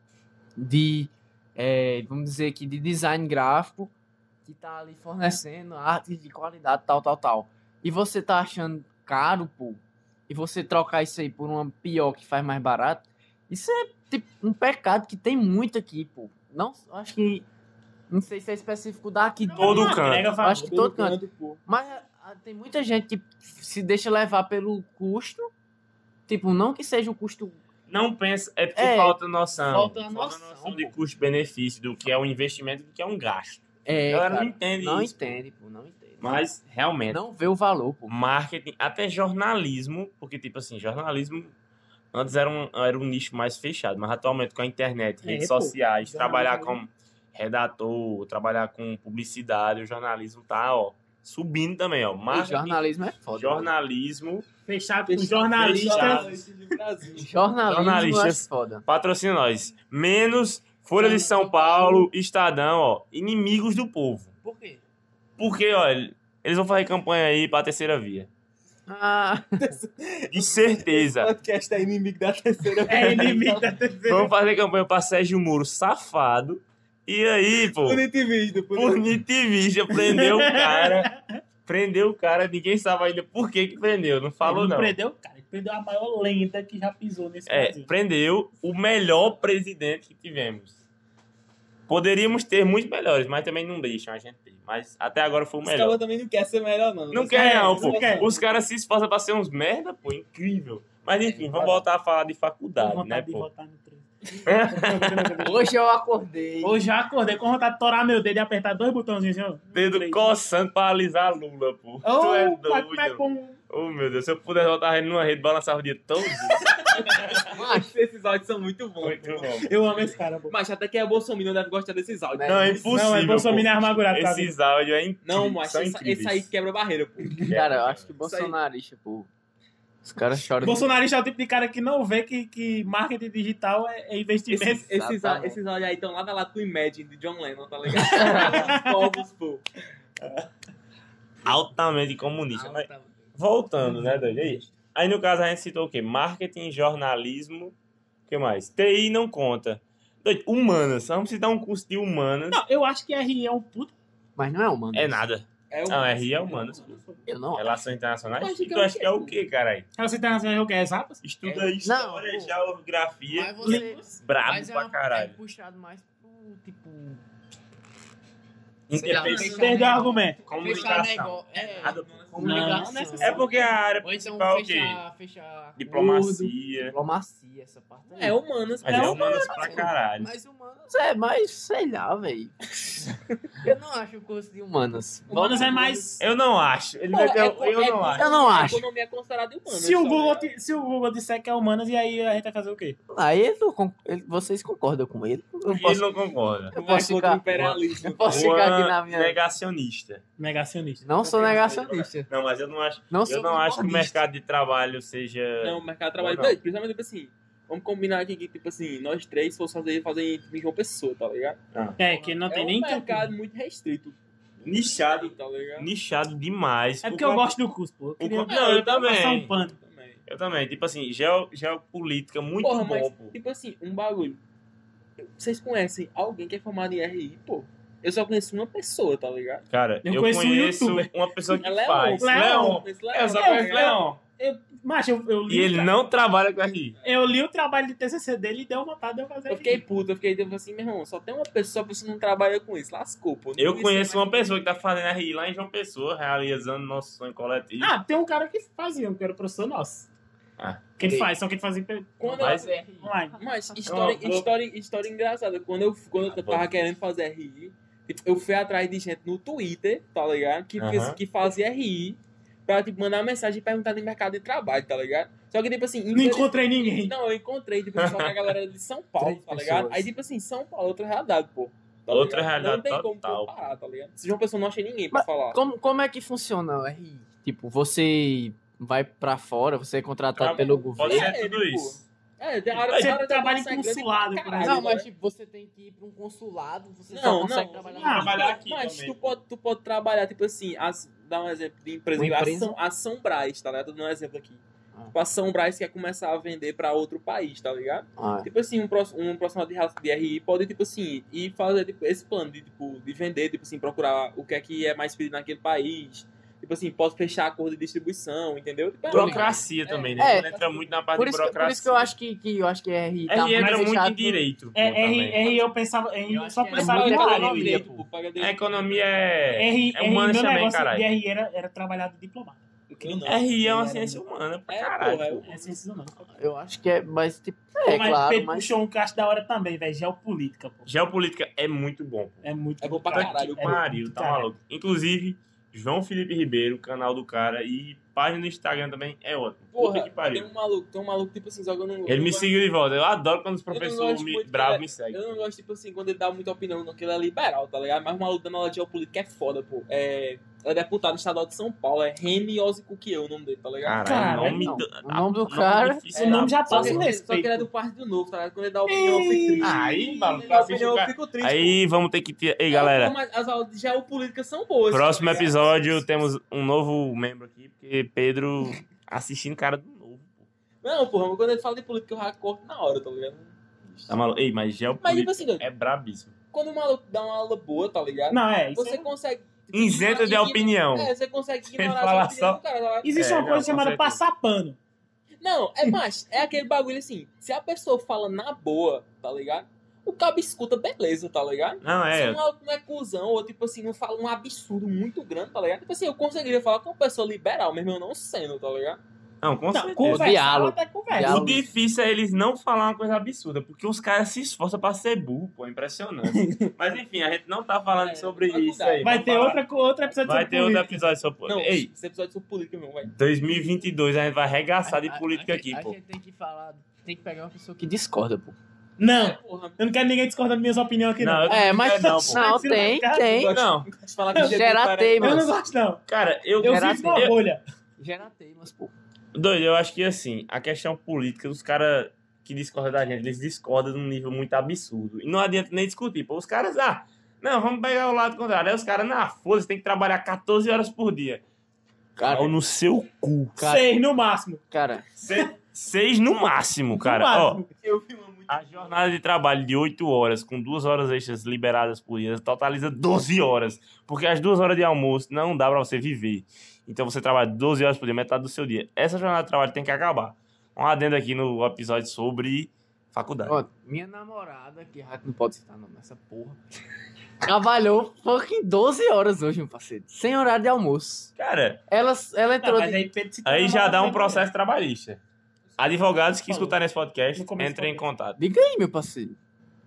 de, é, vamos dizer aqui, de design gráfico que tá ali fornecendo arte de qualidade, tal, tal, tal. E você tá achando caro, pô, e você trocar isso aí por uma pior que faz mais barato, isso é, tipo, um pecado que tem muito aqui, pô. Não, acho que, não sei se é específico daqui, Todo Não, canto. agrega valor. acho que todo canto. pô. Mas ah, tem muita gente que se deixa levar pelo custo. Tipo, não que seja o custo. Não pensa, é porque É, falta noção. falta a noção, noção de pô. custo-benefício, do que é um investimento e do que é um gasto. É, a galera cara, não entende não isso. entende, pô, não entende. Mas, realmente, Não vê o valor, pô. marketing, até jornalismo, porque, tipo assim, jornalismo antes era um, era um nicho mais fechado, mas atualmente com a internet, É, redes pô, sociais, trabalhar jornalismo- como redator, trabalhar com publicidade, o jornalismo tá, ó, subindo também, ó. E Marketing, jornalismo é foda. jornalismo, Fechado com Fechado. jornalistas. do Brasil. Jornalismo Jornalistas. é foda. patrocina nós. Menos Folha de São Paulo, Estadão, ó. Inimigos do povo. Por quê? Porque, olha, eles vão fazer campanha aí pra terceira via. Ah, De certeza. Podcast é inimigo da terceira. É inimigo da terceira. Vamos fazer campanha pra Sérgio Moro, safado. E aí, pô, Bonito vídeo. por nitivista, prendeu o cara. Prendeu o cara, ninguém sabe ainda por que que prendeu. Não falou, Ele não. prendeu, cara. Ele prendeu a maior lenda que já pisou nesse É, Brasil. prendeu o melhor presidente que tivemos. Poderíamos ter muitos melhores, mas também não deixam a gente ter. Mas até agora foi o Os melhor. caras também não querem ser melhor, não. Não Os quer caras- não, os pô. caras- Os caras se esforçam pra ser uns merda, pô. Incrível. Mas enfim, vamos voltar a falar de Tô com faculdade, vontade né, de pô? votar no três. hoje eu acordei. Hoje já acordei com vontade de torar meu dedo e apertar dois botãozinhos assim, ó. Dedo Três. coçando pra alisar a Lula, pô. tu Ô, é mas como é doido. bom. Oh, meu Deus. Se eu pudesse voltar a rede numa rede, balançar o dia todo. Macho, esses áudios são muito bons. Muito bom. Eu amo esse cara, pô. Mas até que é Bolsonaro deve gostar desses áudios. Não, é Isso. impossível. Não, é Bolsonaro pô. é amargurado, tá? Esses áudios é incrível. Não, mas são esse, incríveis. esse aí quebra barreira, pô. Cara, eu acho que Isso aí. bolsonarista, pô. Os caras choram. Bolsonarista é o tipo de cara que não vê que, que marketing digital é, é investimento. Esses, esses, Exatamente. esses áudios aí estão lá da lata do Imagine de John Lennon, tá ligado? Os povos, pô. Altamente comunista. Mas voltando, né, doido? Aí, aí, no caso, a gente citou o quê? Marketing, jornalismo. O que mais? T I não conta. Doido, humanas. Vamos citar um curso de humanas. Não, eu acho que R I é um puto. Mas não é humano. É nada. É o Não, R I é humanas. Eu não. Relações internacionais? Eu acho E que tu é o acha quê, que é o pô? quê, caralho? Você tá fazendo o que? Exatas? Estuda É. história, Não, pô. geografia. Mas você. Brabo Mas é, pra uma- caralho. é puxado mais pro, tipo. Interface- Perdeu o argumento. Fechar Comunicação. negócio. É, Nada, pô. comunicação. Não, não É porque a área Ou então principal é o quê? fechar, fechar acordo, Diplomacia. Diplomacia, essa parte aí. É humanas, Mas pô. é humanas pra caralho. Mas humanas é mais, sei lá, velho. Eu não acho o curso de humanas. Humanas é mais. Eu não acho. Ele Pô, meteu, é- eu é- não acho. Eu não acho. Economia é considerada humanas. Se o, tá Google, ligado? te- se o Google disser que é humanas, e aí a gente vai fazer o quê? Aí ele não con- ele- vocês concordam com ele? Eu Ele posso, não concorda. eu Vai posso contra o ficar, imperialismo. eu posso ficar aqui na Uma minha. negacionista. Negacionista. Não sou negacionista. Não, mas eu não acho. Não Eu sou não acho que o concordista. mercado de trabalho seja. Não, o mercado de trabalho. Ou não. Doido, principalmente, tipo assim, vamos combinar aqui que, tipo assim, nós três fosse fazer, fazer em João Pessoa, tá ligado? É, que não é tem um nem. mercado muito restrito. Nichado. Tá ligado? Nichado demais. É Por porque eu conta- gosto do curso, pô. Eu queria conta- Não, eu também. passar um pano. Também. Eu também. Tipo assim, geo, geopolítica, muito Porra, bom, mas, pô. tipo assim, um bagulho. Vocês conhecem alguém que é formado em R I, pô? Eu só conheço uma pessoa, tá ligado? Cara, Eu eu, conheço um conheço youtuber. uma pessoa que É Leon. faz. Leon. Leon. Esse Leon, Eu só tá conheço ligado? Leon. Eu, mas eu, eu li. E o ele tra- não trabalha com R I. Eu li o trabalho de T C C dele e deu vontade de eu fazer. Eu fiquei puto, eu fiquei tipo assim, meu irmão, só tem uma pessoa, a pessoa não trabalha com isso, lascou, pô. Não Eu conheço conheço mais uma pessoa que tá fazendo R I lá em João Pessoa, realizando nosso sonho coletivo. Ah, tem um cara que fazia, que era professor nosso. Ah. Que ele Sim. faz, só que ele fazia pe- Quando Mas eu, online. mas história, Não, eu- história, história engraçada. Quando eu, quando eu Ah, tava bom. querendo fazer R I, tipo, eu fui atrás de gente no Twitter, tá ligado? Que, fez, Aham. que fazia R I pra tipo, mandar uma mensagem e perguntar de mercado de trabalho, tá ligado? Só que, tipo assim. Não infeliz- encontrei ninguém. Não, eu encontrei, tipo, só que a galera de São Paulo, Três tá ligado? pessoas. Aí, tipo assim, São Paulo, outra realidade, pô. Tá Outra ligado? realidade Não tem total. como comparar, tá ligado? Se João Pessoa não achei ninguém pra Mas falar. Como, como é que funciona o R I? Tipo, você vai pra fora, você é contratado Tra- pelo Pode governo. ser É, tudo tipo, isso. É, tem a área, Você a área de trabalha em atuação é grande consulado, pra por caralho, Não, né? mas tipo, você tem que ir pra um consulado, você Não, só consegue não. trabalhar. Ah, trabalhar aqui Mas também. tu pode, tu pode trabalhar, tipo assim, as, dá um exemplo de empresa, Uma empresa? Ação, Ação Brás, tá ligado? Tô dando um exemplo aqui. Ah. Tipo, a Ação Brás quer começar a vender pra outro país, tá ligado? Ah, Tipo assim, um, pró- um profissional de, ra- de R I pode, tipo assim, ir fazer tipo, esse plano de, tipo, de vender, tipo assim, procurar o que é que é mais pedido naquele país. Tipo assim, pode fechar acordo de distribuição, entendeu? Tipo, é uma- Burocracia É. também, né? É. Quando entra muito na parte por, de isso, que- por burocracia. isso que eu acho que, que eu acho que R I tá R I muito entra muito fechado em direito. pô, É, R, também. R I eu pensava. R I Eu eu acho só que é pensava muito em paga área. direito, economia, pô, paga A direito. economia é. R I, é R I, humana meu também, negócio caralho. de R I era, era trabalhado de diplomata. Não, não. R I é uma Era ciência muito- humana pra É, caralho. porra, é pô. o- É ciências humanas. Eu acho que é, mas tipo, é mas claro, Pedro mas puxou um cacho da hora também, velho. Geopolítica, pô. Geopolítica é muito bom. É muito É bom pra Puta caralho, que pô. pariu, tá Caralho. maluco. Inclusive, João Felipe Ribeiro, canal do cara, e página no Instagram também é ótimo. Puta Porra, que pariu. tem um maluco, tem um maluco, tipo assim, só que eu não... eu Ele não me gosto- seguiu de volta. Eu adoro quando os eu não professores gosto me, muito bravos que me ele- seguem. Eu não gosto, tipo assim, quando ele dá muita opinião naquilo ali, liberal, tá ligado? Mas o maluco dando aula de geopolítica é foda, pô. É, é deputado estadual de São Paulo. É Remy Ozikukie, o nome dele, tá ligado? Cara, Cara, o nome, não. do, O nome do ah, cara- difícil o nome da já Só porra. que, passa ele, respeito. só que ele é do Partido Novo, tá ligado? Quando ele dá opinião, eu fico triste. Aí, mano, Ele tu dá assiste opinião, o eu cara- fico triste. Aí vamos ter que ter... Ei, Não, galera, mas as aulas de geopolítica são boas. próximo tá ligado? episódio temos um novo membro aqui, porque Pedro assistindo cara do novo. Pô. Não, porra, mas quando ele fala de política, eu já corto na hora, tá ligado? Tá maluco? Ei, mas Mas, geopolítica tipo assim, doido, é brabíssimo. quando o maluco dá uma aula boa, tá ligado? Não, é, isso Você é... consegue... Isenta de ignorar- opinião. É, você consegue ignorar fala a opinião só- do cara, tá ligado? Existe É, uma não, coisa com chamada certeza. passar pano. Não, é mais, é aquele bagulho assim, se a pessoa fala na boa, tá ligado? O cabo escuta, beleza, tá ligado? Não, Se é. um maluco não é cuzão, ou tipo assim, não fala um absurdo muito grande, tá ligado? Tipo assim, eu conseguiria falar com uma pessoa liberal, mesmo eu não sendo, tá ligado? Não, com Não, certeza. conversar Diálogo. até conversa. Diálogo. O difícil é eles não falar uma coisa absurda, porque os caras se esforçam pra ser burro, pô, é impressionante. Mas enfim, a gente não tá falando É, sobre vai isso cuidar. aí. Vai vamos ter falar. outra, outro episódio Vai sobre ter outro política. episódio sobre... Não, Ei, esse episódio é sobre política mesmo, vai. dois mil e vinte e dois a gente vai arregaçar de A- a- política a- aqui, a pô. gente tem que falar, tem que pegar uma pessoa que discorda, pô. Não, Porra, eu não quero ninguém discordando minhas opiniões aqui, não. Não, eu É, não mas quero não, pô. não, tem, tem. Não, se falar que Geratei, Eu não mano. gosto, não. cara, eu... Eu Geratei. vivo numa bolha. Gera temas, pô. Doido, eu acho que assim, a questão política, os caras que discordam da gente, eles discordam num nível muito absurdo. E não adianta nem discutir, pô. Os caras, ah, não, vamos pegar o lado contrário. Aí os caras, na foda-se, tem que trabalhar catorze horas por dia. Cara, Pau no seu cu. Cara. Seis no máximo. cara, Se- seis no máximo, cara. No Ó, máximo. Eu vi uma muito... a jornada de trabalho de oito horas, com duas horas extras liberadas por dia, totaliza doze horas. Porque as duas horas de almoço não dá pra você viver. Então você trabalha doze horas por dia, metade do seu dia. Essa jornada de trabalho tem que acabar. Um adendo aqui no episódio sobre faculdade. ó, minha namorada, que a gente não pode citar não nessa porra, trabalhou fucking doze horas hoje, meu parceiro. Sem horário de almoço. Cara, Ela, ela Não, entrou mas de... aí, Pedro, se aí tu já não dá um vai- processo trabalhista. Advogados que Falou. escutarem esse podcast, No começo entrem em do contato. Diga aí, meu parceiro.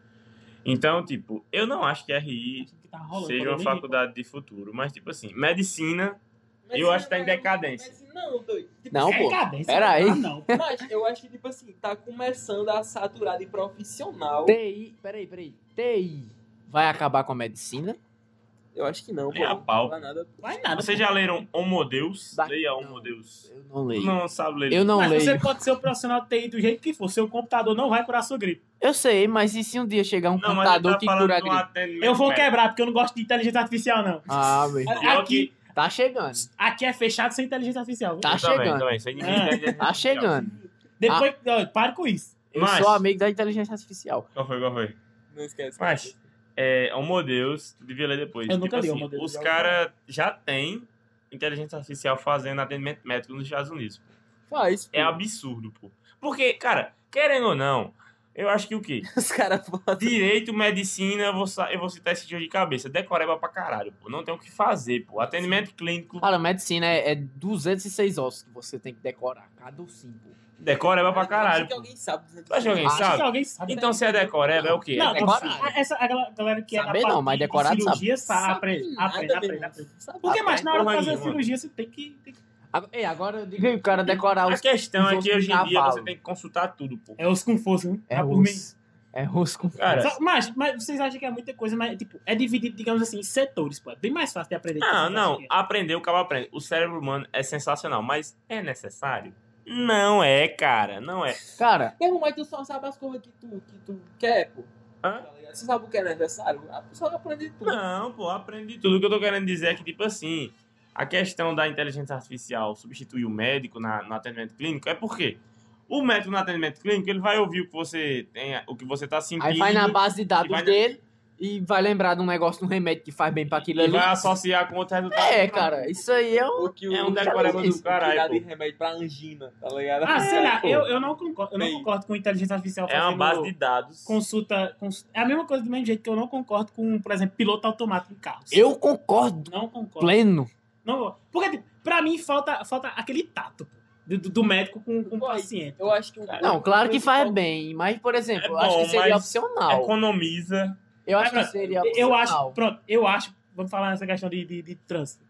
Então, tipo, eu não acho que R I Que tá rolando, seja falou uma nem faculdade de futuro. Mas, tipo assim, medicina, Mas eu acho que tá em não é- decadência. mas não, doido. Tipo, Não, É pô. cadência, Pera aí. ah, não. Mas eu acho que, tipo assim, tá começando a saturar de profissional. T I, peraí, peraí. T I vai acabar com a medicina? Eu acho que não, Nem a pô. pau. Não vai nada. Vai nada. Vocês já leram Homo Deus? Vai- Leia não. Homo Deus. Eu não leio. Não sabe ler. Eu não Mas leio. você pode ser o profissional de T I do jeito que for. Seu computador não vai curar sua gripe. Eu sei, mas e se um dia chegar um Não, mas ele computador tá que falando cura a de um gripe? atendimento Eu vou médico. quebrar, porque eu não gosto de inteligência artificial, não. Ah, meu irmão. Pior Aqui, que- Tá chegando. aqui é fechado sem inteligência artificial. viu? Tá Eu também, chegando. também, isso aí ninguém É. entende. Tá chegando. Depois, ó, pare com isso. Eu Mas- sou amigo da inteligência artificial. Qual foi, qual foi? Não esquece. Mas, é, Homo Deus, tu devia ler depois. Eu Tipo nunca li assim, Homo Deus, os já ouvi caras já têm inteligência artificial fazendo atendimento médico nos Estados Unidos. Faz, pô. É absurdo, pô. Porque, cara, querendo ou não, eu acho que o quê? Os caras fazem. Direito, medicina, eu vou, sa- eu vou citar esse dia de cabeça. Decoreba pra caralho, pô. Não tem o que fazer, pô. Atendimento clínico, Cara, medicina é, é duzentos e seis ossos que você tem que decorar. Cada ossinho, pô. decoreba pra caralho, Acho que pô. alguém sabe. Tu acha que alguém Acho Acho sabe? que alguém sabe. Então, se é decoreba, é o quê? Não, é decorado. decoreba. essa, a galera- galera que é Saber da não, parte mas de decorado cirurgia sabe, Sabe aprende, nada, aprende, meu aprende, irmão. aprende. Sabe Porque, mas na hora de porra fazer a nenhuma. cirurgia, você tem que... tem que- Agora, ei, agora diga aí o cara decorar A os... questão os é que ossos hoje de em dia cavalo. você tem que consultar tudo, pô. É os com força, né? É Ah, por mim. osso. É osso com... Cara, Só- Mas, mas vocês acham que é muita coisa, mas tipo, é dividido, digamos assim, em setores, pô. É bem mais fácil de aprender. que não, vocês não. acham que é. Aprender, o cara aprende. O cérebro humano é sensacional, mas é necessário? Não é, cara. Não é. Cara, Meu irmão, mas tu só sabe as coisas que tu, que tu quer, pô. Hã? Tá ligado? Você sabe o que é necessário? A pessoa aprende tudo. Não, pô, aprendi tudo. O que eu tô querendo dizer é que, tipo assim, a questão da inteligência artificial substituir o médico na, no atendimento clínico é porque o médico no atendimento clínico, ele vai ouvir o que você tem, o que você tá sentindo. aí vai na base de dados e vai na- dele e vai lembrar de um negócio, de um remédio que faz bem pra aquilo e ali. vai associar com outro resultado. É, cara, isso aí é um... O que o, É um o decoreba isso, do caralho, que dá pô. de remédio pra angina, tá ligado? Ah, sei lá, Pô. eu, eu não concordo, eu não Bem. concordo com inteligência artificial É uma fazendo base de dados. consulta, cons- É a mesma coisa do mesmo jeito que eu não concordo com, por exemplo, piloto automático em carros. Eu concordo não concordo. pleno. Não, porque, tipo, pra mim, falta, falta aquele tato pô, do, do médico com, com o Pô, aí, paciente. Eu acho que... o- Não, claro que faz principal- bem, mas, por exemplo, É eu acho bom, que seria mas opcional. Economiza. Eu acho que Mas, seria Eu opcional. acho, pronto, eu acho, vamos falar nessa questão de, de, de trânsito.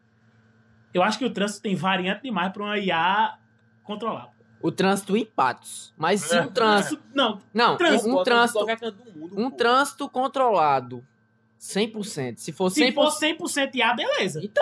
Eu acho que o trânsito tem variante demais pra uma I A controlar. pô. O trânsito em Patos. Mas se um trânsito... Trânsito, não, Não, Trânsito, um, um Bota em trânsito... qualquer canto do mundo, Um pô. trânsito controlado. cem por cento. Se for se cem por for cento... cem por cento I A, beleza. Então,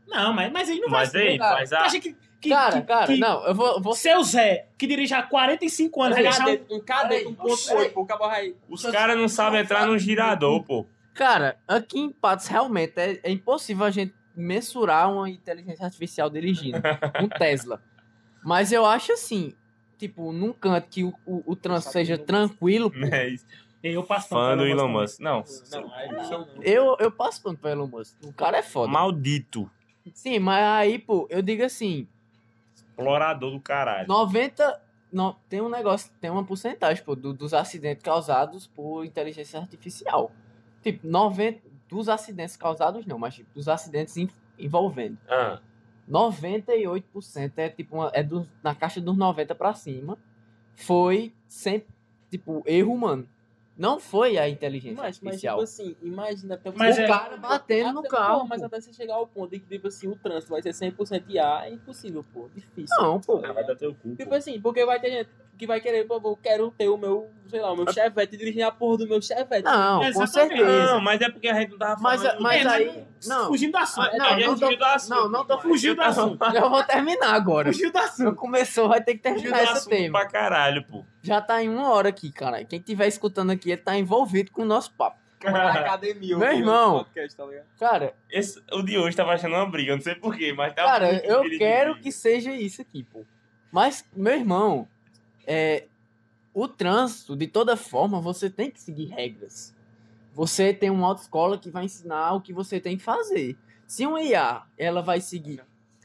Não, mas, mas aí não Mas vai aí, cara. mas Tu a... acha que, que, Cara, que, cara, que não, eu vou... vou... seu Zé, que dirige há quarenta e cinco anos, Um vai deixar um... cadete, um cadete, um ponto oito, pô, o cabo vai... Os caras não sabem entrar num girador, pô. Cara, aqui em Patos, realmente, é, é impossível a gente mensurar uma inteligência artificial dirigindo. Um Tesla. Mas eu acho assim, tipo, num canto que o, o, o trânsito seja tranquilo, pô, É isso. Eu passo Fã do Elon também. Musk. Não, Não, aí não, não. eu, eu passo pano pro Elon Musk. O cara é foda. maldito. Sim, mas aí, pô, eu digo assim, Explorador do caralho. noventa... Não, tem um negócio, tem uma porcentagem, pô, do- dos acidentes causados por inteligência artificial. Tipo, noventa... Dos acidentes causados, não, mas tipo, dos acidentes en- envolvendo. Ah, noventa e oito por cento é tipo uma, é do, na caixa dos noventa pra cima. Foi sempre, tipo, erro humano. Não foi a inteligência Mas, mas artificial. tipo assim, imagina até Mas o é- cara batendo no até, carro. Pô, mas pô. até você chegar ao ponto de que, tipo assim, o trânsito vai ser cem por cento I A, é impossível, pô. Difícil. Não, pô. ah, vai dar teu cu, Tipo pô. assim, porque vai ter gente que vai querer, pô, eu quero ter o meu, sei lá, o meu chevette, dirigir a porra do meu chevette. Não, com Exatamente. certeza. Não, mas é porque a gente não tava Mas, falando... mas É, aí. Não, Fugindo do assunto. Ah, não, a gente não tô- fugiu do assunto. não, não tô fugindo do assunto. eu vou terminar agora. Fugiu do Não assunto. começou, vai ter que Fugiu do terminar esse assunto tema. pra caralho, pô. Já tá em uma hora aqui, cara. Quem estiver escutando aqui, ele tá envolvido com o nosso papo. Na academia. Meu ouvindo irmão. esse podcast, tá ligado? Cara, Esse, o de hoje tava achando uma briga, eu não sei porquê, mas tá Cara, muito eu espírito quero de que seja isso aqui, pô. Mas, meu irmão, é, o trânsito, de toda forma, você tem que seguir regras. Você tem uma autoescola que vai ensinar o que você tem que fazer. Se um I A, ela vai seguir...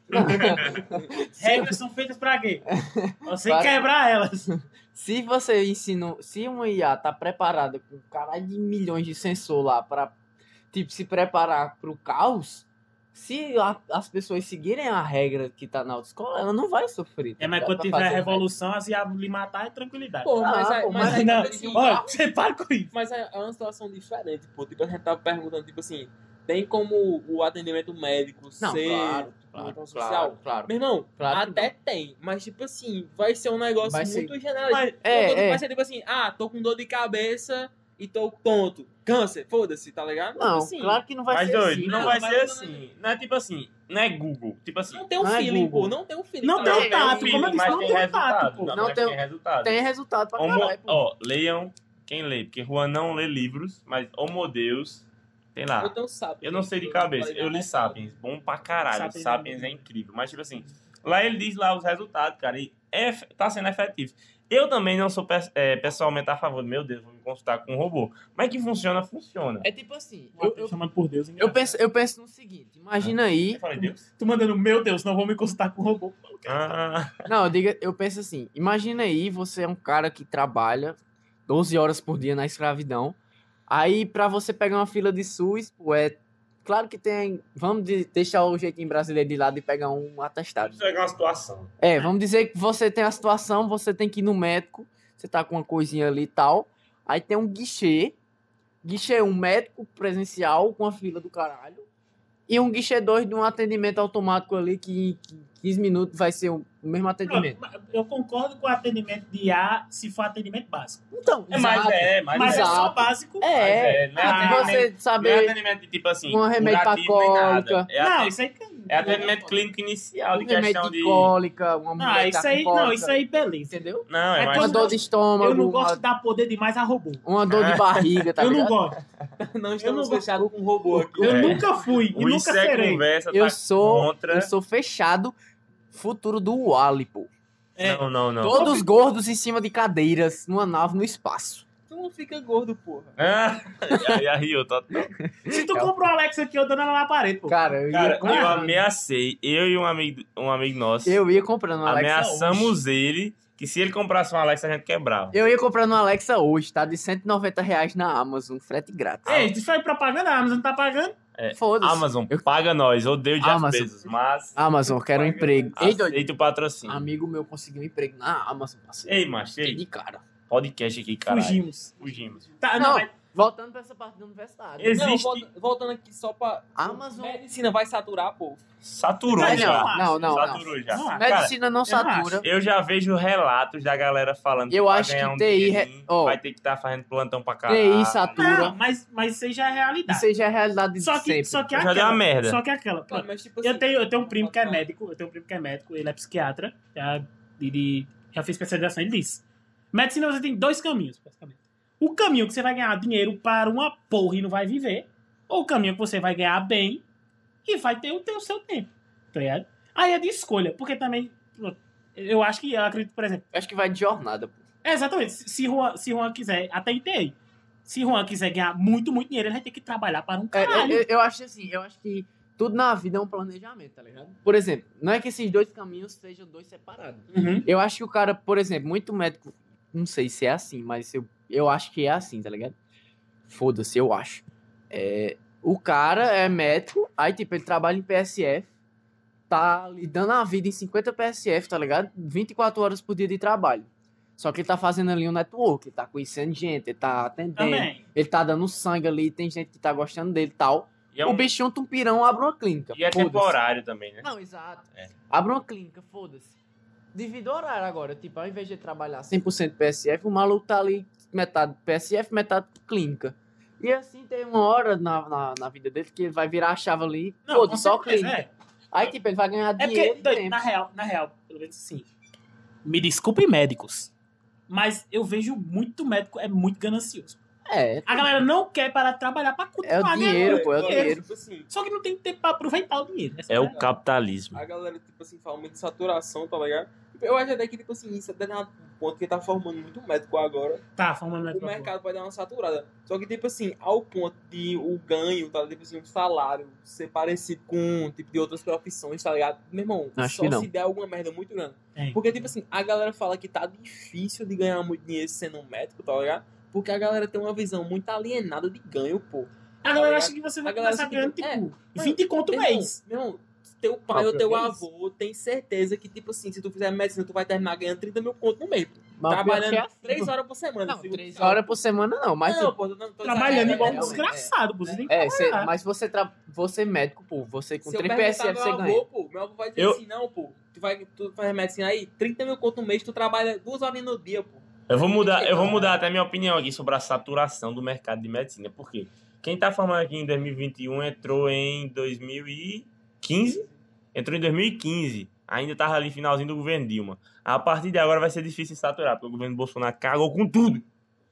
Regras são feitas pra quê? Você Para- quebrar elas. Se você ensina... Se uma I A tá preparada com um caralho de milhões de sensor lá pra, tipo, se preparar pro caos... Se a- as pessoas seguirem a regra que tá na autoescola, ela não vai sofrer. tá É, mas ligado? quando Pra tiver a fazer revolução, as iam lhe matar é tranquilidade. Pô, mas, Ah, aí, pô, mas, mas aí, não, dirigir um olha, carro- você para com isso. mas é é uma situação diferente, pô. Tipo, a gente tava perguntando, tipo assim, tem como o atendimento médico Não, ser claro, uma claro, ação social? claro, claro. Meu irmão, Claro que até tem, mas tipo assim, vai ser um negócio Vai ser- muito generalista. Mas- É, Vai é. ser tipo assim, ah, tô com dor de cabeça e tô tonto. Câncer, foda-se, tá ligado? Não, tipo assim, claro que não vai Mas ser doido, assim. não não, vai mas ser não- assim. Não é tipo assim, não é Google. Tipo assim, Não tem um Não é feeling, Google. pô, não tem um feeling. Não tá tem ligado? um tato, feeling, como eu disse, mas não tem tem resultado. tato, pô. Não, Não mas tem- tem resultado. Tem resultado pra Homo- caralho, pô. Ó, leiam quem lê, porque Juan não lê livros, mas Homo Deus, tem lá. Eu tenho Sapiens. Eu não sei de cabeça, eu li Sapiens, bom pra caralho, Sapiens Sapiens, é é incrível, mas tipo assim, lá ele diz lá os resultados, cara, e é, tá sendo efetivo. Eu também não sou pe- é, pessoalmente a favor, meu Deus, vou me consultar com um robô, mas que funciona, funciona. É tipo assim, Eu, eu, eu, chamando por Deus. eu, penso, eu penso no seguinte, imagina aí... Eu falei, Deus? Tu mandando, meu Deus, não vou me consultar com o robô. Ah, Não, eu, digo, eu penso assim, imagina aí você é um cara que trabalha doze horas por dia na escravidão, aí pra você pegar uma fila de SUS, pô, é... Claro que tem... Vamos de- deixar o jeitinho brasileiro de lado e pegar um atestado. isso é uma situação. É, vamos dizer que você tem a situação, você tem que ir no médico, você tá com uma coisinha ali e tal, aí tem um guichê, guichê um médico presencial com a fila do caralho, e um guichê dois de um atendimento automático ali que em quinze minutos vai ser o mesmo atendimento. Eu concordo com o atendimento de I A se for atendimento básico. Então, É, mas exato. é, mas, Mas é exato. só básico. É, Mas é, não é Ah, atendimento- você não é saber atendimento de tipo assim, um remédio pra curativo nem nada. cólica. É, Não, aten- isso aí... é atendimento clínico inicial, um de questão remédio de de... cólica, uma mulher Não, que isso tá aí, com não, cólica, isso aí, beleza. entendeu? Não, é É mais... Uma todo- dor de estômago, Eu não gosto uma, de dar poder demais a robô. uma dor de barriga, tá eu não ligado? gosto. Não estamos não- fechados com um robô aqui. Eu É. nunca fui e O nunca Isso é serei. Conversa Eu tá sou, contra... eu sou fechado, futuro do Wally, pô. É. Não, não, não. Todos gordos em cima de cadeiras, numa nave no espaço. Tu não fica gordo, porra. Ah, aí a Rio, tá... Se tu compra o Alexa aqui, eu dando ela na parede, pô. Cara, eu, Cara, ia eu comprando, ameacei, eu e um amigo, um amigo nosso, eu ia comprando um Alexa hoje. ameaçamos ele que se ele comprasse um Alexa a gente quebrava. Eu ia comprando um Alexa hoje, tá? De cento e noventa reais na Amazon, frete grátis. Ei, isso foi propaganda, a Amazon não tá pagando? Foda-se. Amazon, Eu- paga nós, odeio o Jeff Amazon. Bezos, mas Amazon, quero um emprego. Ei, doido. aceita o patrocínio. Amigo meu conseguiu um emprego na Amazon, parceiro. Ei, macho, Fiquei ei, de cara. podcast aqui, caralho. Fugimos. Fugimos. Tá, não, Não, mas Voltando pra essa parte da universidade. Existe- Não, volta- voltando aqui só pra... Amazon- Medicina vai saturar, pô. Saturou Mas já. não, não, não. Saturou já. Não acho. Cara, Medicina não eu não satura. eu já vejo relatos da galera falando Eu que pra acho ganhar que um T I dinheirinho, ó, vai ter que estar fazendo plantão pra T caralho. I satura. Não, mas, mas isso aí já é realidade. Isso aí já é a realidade de Só que, sempre. só que é Já deu aquela. uma merda. Só que é aquela. Cara, mas, tipo Eu assim, tenho, eu tenho um primo que é médico, eu tenho um primo que é médico, ele é psiquiatra, já, ele já fez especialização, ele disse. Medicina você tem dois caminhos, basicamente. O caminho que você vai ganhar dinheiro para uma porra e não vai viver, ou o caminho que você vai ganhar bem e vai ter o, ter o seu tempo, tá ligado? Aí é de escolha, porque também, eu acho que, eu acredito, por exemplo, Eu acho que vai de jornada, pô. é exatamente, se Juan, se Juan quiser, até em T I, se Juan quiser ganhar muito, muito dinheiro, ele vai ter que trabalhar para um É, caralho. eu, eu acho assim, eu acho que tudo na vida é um planejamento, tá ligado? Por exemplo, não é que esses dois caminhos sejam dois separados. Uhum. Eu acho que o cara, por exemplo, muito médico, não sei se é assim, mas eu, eu acho que é assim, tá ligado? Foda-se, eu acho. É, o cara é médico, aí tipo, ele trabalha em P S F, tá lhe dando a vida em cinquenta P S F, tá ligado? vinte e quatro horas por dia de trabalho. Só que ele tá fazendo ali um network, ele tá conhecendo gente, ele tá atendendo, Também. ele tá dando sangue ali, tem gente que tá gostando dele e tal. E é, O um, bichinho tumpirão abre uma clínica. e é foda-se. temporário também, né? Não, exato. É. Abre uma clínica, foda-se. Divide o horário agora. Tipo, ao invés de trabalhar cem por cento P S F, o maluco tá ali metade P S F, metade clínica. E assim tem uma hora na, na, na vida dele que ele vai virar a chave ali, Não, foda-se, com só certeza, clínica. é. Aí, tipo, ele vai ganhar É dinheiro porque, e doido, tempo. na real, na real, pelo menos assim, me desculpem médicos, mas eu vejo muito médico é muito ganancioso. É, A galera não quer parar de trabalhar pra é continuar o dinheiro, ganhando pô, é o dinheiro. dinheiro. Tipo assim, Só que não tem tempo pra aproveitar o dinheiro. Essa É o a- capitalismo. a galera, tipo assim, fala muito de saturação, tá ligado? Eu acho até que, tipo assim, isso até um ponto que tá formando muito médico agora. Tá, formando médico. O mercado vai dar uma saturada. Só que, tipo assim, ao ponto de o ganho, tá? Tipo assim, o salário ser parecido com, tipo, de outras profissões, tá ligado? Meu irmão, Acho só que não. se der alguma merda muito grande. É. Porque, tipo assim, a galera fala que tá difícil de ganhar muito dinheiro sendo um médico, tá ligado? Porque a galera tem uma visão muito alienada de ganho, pô. A galera Tá acha que você vai A galera começar acha que- ganhando, tipo, é. vinte conto Meu mês. irmão, meu irmão, teu pai ou Próprio teu mês? avô tem certeza que, tipo assim, se tu fizer medicina, tu vai terminar ganhando trinta mil conto no mês. Pô. Mas o pior Trabalhando que é assim, três pô. horas por semana. Não, segundo três sábado. horas por semana não, mas... Não, tipo, pô, tô, tô Trabalhando exagerando, igual um realmente. desgraçado, pô. Você tem que É, cê- trabalhar. mas você, tra... você é médico, pô, você com Se eu três P S perguntar F você meu ganha. avô, pô, meu avô vai dizer Eu- assim, não, pô, tu vai tu faz medicina aí, trinta mil conto no mês, tu trabalha duas horas no dia, pô. Eu vou mudar, eu vou mudar até minha opinião aqui sobre a saturação do mercado de medicina. Por quê? Quem tá formando aqui em dois mil e vinte e um entrou em dois mil e quinze. Entrou em dois mil e quinze. Ainda tava ali finalzinho do governo Dilma. A partir de agora vai ser difícil saturar, porque o governo Bolsonaro cagou com tudo.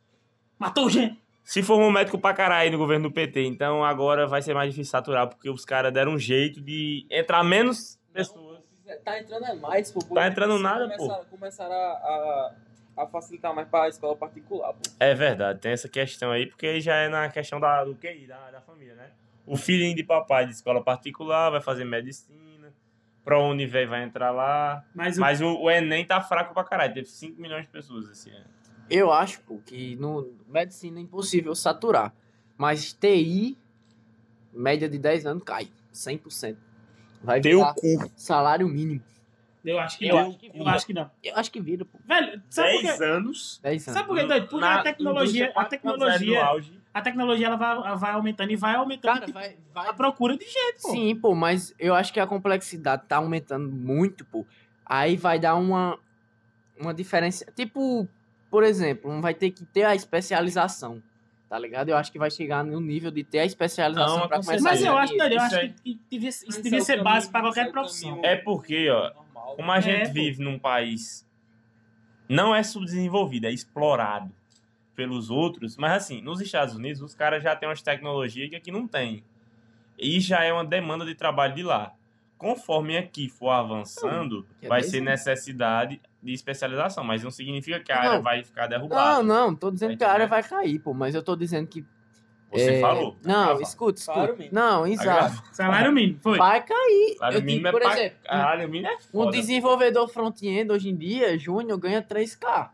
Matou gente. Se formou médico pra caralho no governo do P T. Então agora vai ser mais difícil saturar, porque os caras deram um jeito de entrar menos pessoas. Tá entrando é mais, pô. Tá entrando Assim, nada, pô. começaram, Começaram a, a, a facilitar mais pra escola particular, pô. É verdade, tem essa questão aí, porque aí já é na questão da, do Q I, da, da família, né? O filhinho de papai de escola particular vai fazer medicina, pro Univer vai entrar lá, Mas o mas o, o Enem tá fraco pra caralho, teve cinco milhões de pessoas esse ano. Eu acho, pô, que no medicina é impossível saturar. Mas T I, média de dez anos, cai. cem por cento. Vai Teu virar cu. salário mínimo. eu acho que Eu não. acho que Eu vira. acho que não. Eu acho que vira, pô. Velho, sabe por quê? anos. dez anos. Sabe por quê, doido? Porque Na a tecnologia, indústria a quatro ponto zero tecnologia, no auge. a tecnologia ela vai, vai aumentando e vai aumentando Cara, tipo, vai, vai... a procura de gente, pô. Sim, pô, mas eu acho que a complexidade tá aumentando muito, pô. Aí vai dar uma, uma diferença. Tipo, por exemplo, não vai ter que ter a especialização, tá ligado? Eu acho que vai chegar no nível de ter a especialização Não, pra com começar Mas a eu ganhar acho, doido, eu dinheiro. acho Isso aí. que, que devia, isso Esse devia é o ser caminho, base pra esse qualquer é o profissão. caminho É porque, ó, normal. como a gente pô. vive num país não é subdesenvolvido, é explorado pelos outros, mas assim, nos Estados Unidos os caras já têm umas tecnologias que aqui não tem. E já é uma demanda de trabalho de lá. Conforme aqui for avançando, é vai dez ser anos. necessidade de especialização, mas não significa que a Não. área vai ficar derrubada. Não, não, tô dizendo Tá que a área entendendo? vai cair, pô, mas eu tô dizendo que... Você é, falou. tá Não, gravado. escuta, escuta. Salário mínimo. Não, Tá exato. gravado. Salário mínimo, foi. Vai cair. Salário Eu mínimo digo, é por pra- exemplo, Salário mínimo é um foda. desenvolvedor front-end hoje em dia, júnior, ganha três K.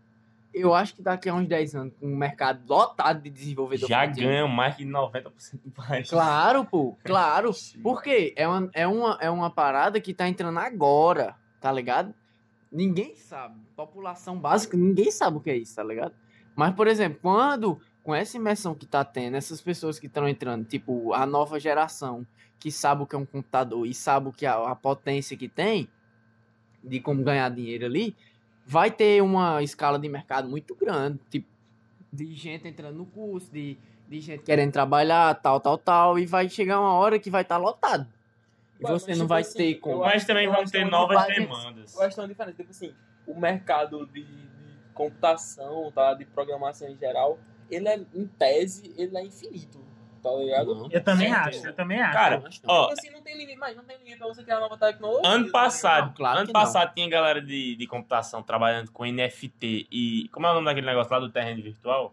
Eu acho que daqui a uns dez anos, com um mercado lotado de desenvolvedor Já front-end. ganham mais que noventa por cento do país. Claro, pô, claro. Por quê? É uma, é, uma, é uma parada que tá entrando agora, tá ligado? Ninguém sabe. População básica, ninguém sabe o que é isso, tá ligado? Mas, por exemplo, quando, com essa imersão que tá tendo, essas pessoas que estão entrando, tipo, a nova geração, que sabe o que é um computador e sabe o que é a, a potência que tem, de como ganhar dinheiro ali, vai ter uma escala de mercado muito grande, tipo, de gente entrando no curso, de, de gente querendo trabalhar, tal, tal, tal, e vai chegar uma hora que vai estar lotado. E Mas, você mas, não tipo vai assim, ter eu como. acho Mas também eu vão acho ter que é uma novas diferença. demandas. Eu acho que é uma diferença. Tipo assim, o mercado de, de computação, tá? De programação em geral, ele é, em tese, ele é infinito, tá ligado? Não. Eu também Sim, acho, eu também acho. Cara, ó, Tipo assim, não tem limite, mas não tem limite pra você criar nova tecnologia. ano tá passado, Não, claro ano que não. passado tinha galera de, de computação trabalhando com N F T e... Como é o nome daquele negócio lá do terreno virtual?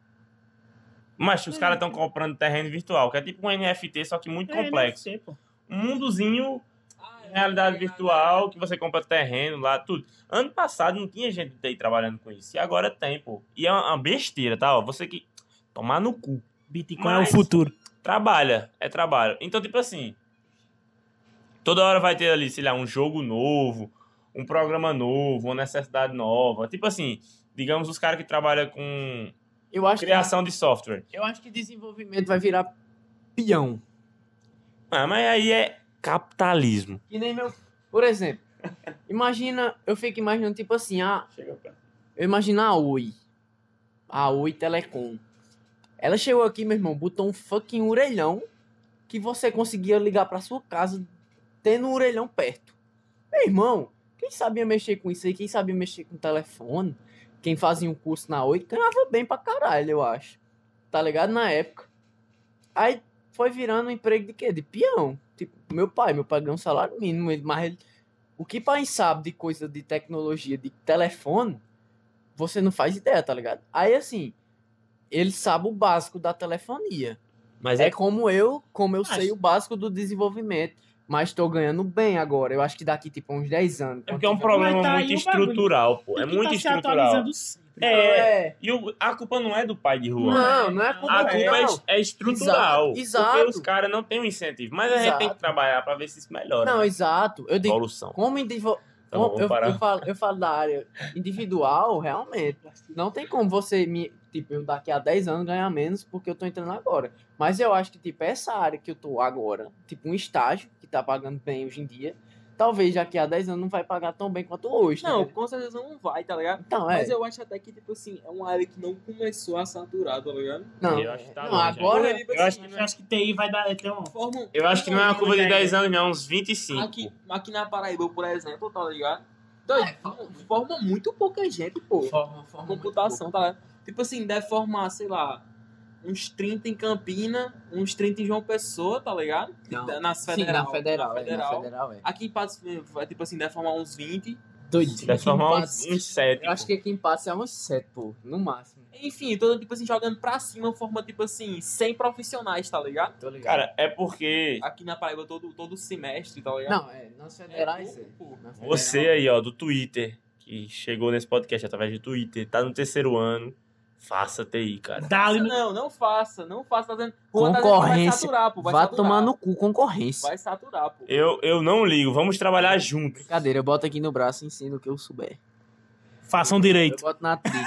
Mas os caras estão comprando terreno virtual, que é tipo um N F T, só que muito É, complexo. N F T, pô. Um mundozinho, Ah, é, realidade é, virtual, é, que você compra terreno lá, tudo. Ano passado não tinha gente de T I trabalhando com isso, e agora tem, pô. E é uma, uma besteira, tá? Ó, você que... Tomar no cu. Bitcoin Mas- é o futuro. Trabalha, é trabalho. Então, tipo assim, toda hora vai ter ali, sei lá, um jogo novo, um programa novo, uma necessidade nova. Tipo assim, digamos os caras que trabalham com Eu acho, que, criação de software. eu acho que desenvolvimento vai virar peão. Ah, mas aí é capitalismo. Que nem meu. Por exemplo, imagina, eu fico imaginando, tipo assim, a, Chega pra... eu imagino a Oi. A Oi Telecom. Ela chegou aqui, meu irmão, botou um fucking orelhão que você conseguia ligar pra sua casa tendo um orelhão perto. Meu irmão, quem sabia mexer com isso aí, quem sabia mexer com telefone, quem fazia um curso na Oi, ganhava bem pra caralho, eu acho. Tá ligado? Na época. Aí foi virando um emprego de quê? De peão. Tipo, meu pai, meu pai ganha um salário mínimo, ele- mas ele, o que pai sabe de coisa de tecnologia, de telefone, você não faz ideia, tá ligado? Aí assim, ele sabe o básico da telefonia. Mas É é como eu, como eu Acho. sei o básico do desenvolvimento. Mas tô ganhando bem agora. Eu acho que daqui, tipo, uns dez anos. É porque é um quando tiver- problema Mas tá aí muito o bagulho. estrutural, pô. É Tem que muito tá se estrutural. atualizando sempre. É. É. E o- a culpa não é do pai de rua. Não, não é culpa A do culpa é, não. é estrutural. Exato, Porque exato. os caras não têm um incentivo. Mas a gente Exato. tem que trabalhar pra ver se isso melhora. Não, exato. Eu digo, Evolução. como individual. Tá bom, vamos eu, parar. eu, falo, eu falo da área individual, realmente. Não tem como você me. Tipo, eu daqui a dez anos ganhar menos porque eu tô entrando agora. Mas eu acho que, tipo, essa área que eu tô agora, tipo, um estágio, que tá pagando bem hoje em dia, talvez daqui a dez anos não vai pagar tão bem quanto hoje. Não, entendeu? com certeza não vai, tá ligado? Então, é. Mas eu acho até que, tipo assim, é uma área que não começou a saturar, tá ligado? Não, Eu acho que tá não longe, agora. Porque, tipo eu acho assim, Eu acho que T I vai dar. Tem um... forma- Eu acho que não é uma curva de dez anos, não, uns vinte e cinco. Aqui, aqui na Paraíba, por exemplo, tá ligado? Doido, forma muito pouca gente, pô. Forma, forma Computação, tá ligado? Tipo assim, deve formar, sei lá, uns trinta em Campina, uns trinta em João Pessoa, tá ligado? Não. Nas Sim, federal. na federal, na é, federal. na federal, é. Aqui em Patos, vai, tipo assim, deve formar uns vinte. Doidinho. Deve formar uns, uns sete. Eu acho que aqui em Patos é uns sete, pô, no máximo. Enfim, todo tipo assim, jogando pra cima, forma, tipo assim, cem profissionais, tá ligado? Tô ligado. Cara, é porque Aqui na Paraíba todo, todo semestre, tá ligado? Não, é, nas federais, é. pô. Na federal. você aí, ó, do Twitter, que chegou nesse podcast através do Twitter, tá no terceiro ano, faça T I, cara. Dá-lhe no... Não, não faça, não faça. Tá dizendo, Juan tá dizendo que vai Concorrência. saturar, pô. Vai Vá saturar. tomar no cu, concorrência. Vai saturar, pô. Eu, eu não ligo, vamos trabalhar juntos. Brincadeira, eu boto aqui no braço e ensino o que eu souber. Façam Eu direito. boto na trilha.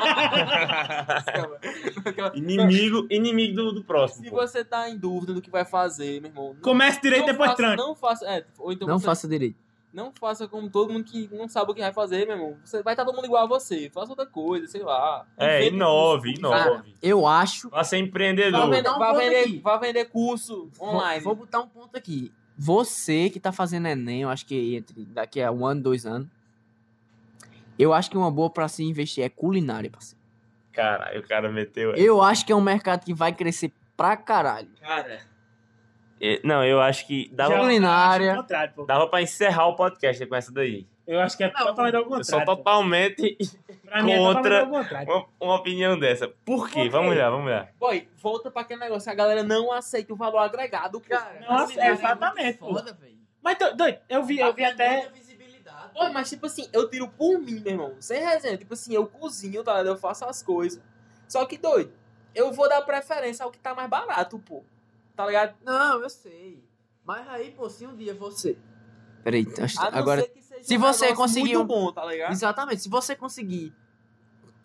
inimigo inimigo do, do próximo. Se pô. você tá em dúvida do que vai fazer, meu irmão. não- Comece direito, não depois faça, tranca. Não faça. É, ou então Não você faça direito. não faça como todo mundo que não sabe o que vai fazer, meu irmão. Você vai estar todo mundo igual a você. Faça outra coisa, sei lá. É, Invente inove, curso. inove. Eu acho. Vá ser Vá empreendedor. vender, dar um vá, ponto vender, aqui. vá vender curso online. Vou, vou botar um ponto aqui. Você que tá fazendo Enem, eu acho que entre daqui a um ano, dois anos. Eu acho que uma boa pra se investir é culinária, parceiro. Caralho, o cara meteu. Eu acho que é um mercado que vai crescer pra caralho. Cara, É, Não, eu acho que dava, Já- culinária. Acho o contrário, pô. dava pra encerrar o podcast com essa daí. Eu acho que é totalmente ao Eu sou contrário. pô. totalmente Pra mim é contra- totalmente ao contrário. uma, uma opinião dessa. Por quê? Por quê? Vamos lá, vamos lá. boy, volta pra aquele negócio. A galera não aceita o valor agregado, cara. Nossa, é exatamente, pô. Mas, do- doido, eu vi, eu vi até... Pô, mas tipo assim, eu tiro por mim, meu irmão. Sem resenha. Tipo assim, eu cozinho, tá ligado? Eu faço as coisas. Só que, doido, eu vou dar preferência ao que tá mais barato, pô. Tá ligado? Não, eu sei. Mas aí, pô, se um dia você... Peraí, acho- A não agora... ser que seja se um você negócio conseguir muito um- bom, tá ligado? Exatamente. Se você conseguir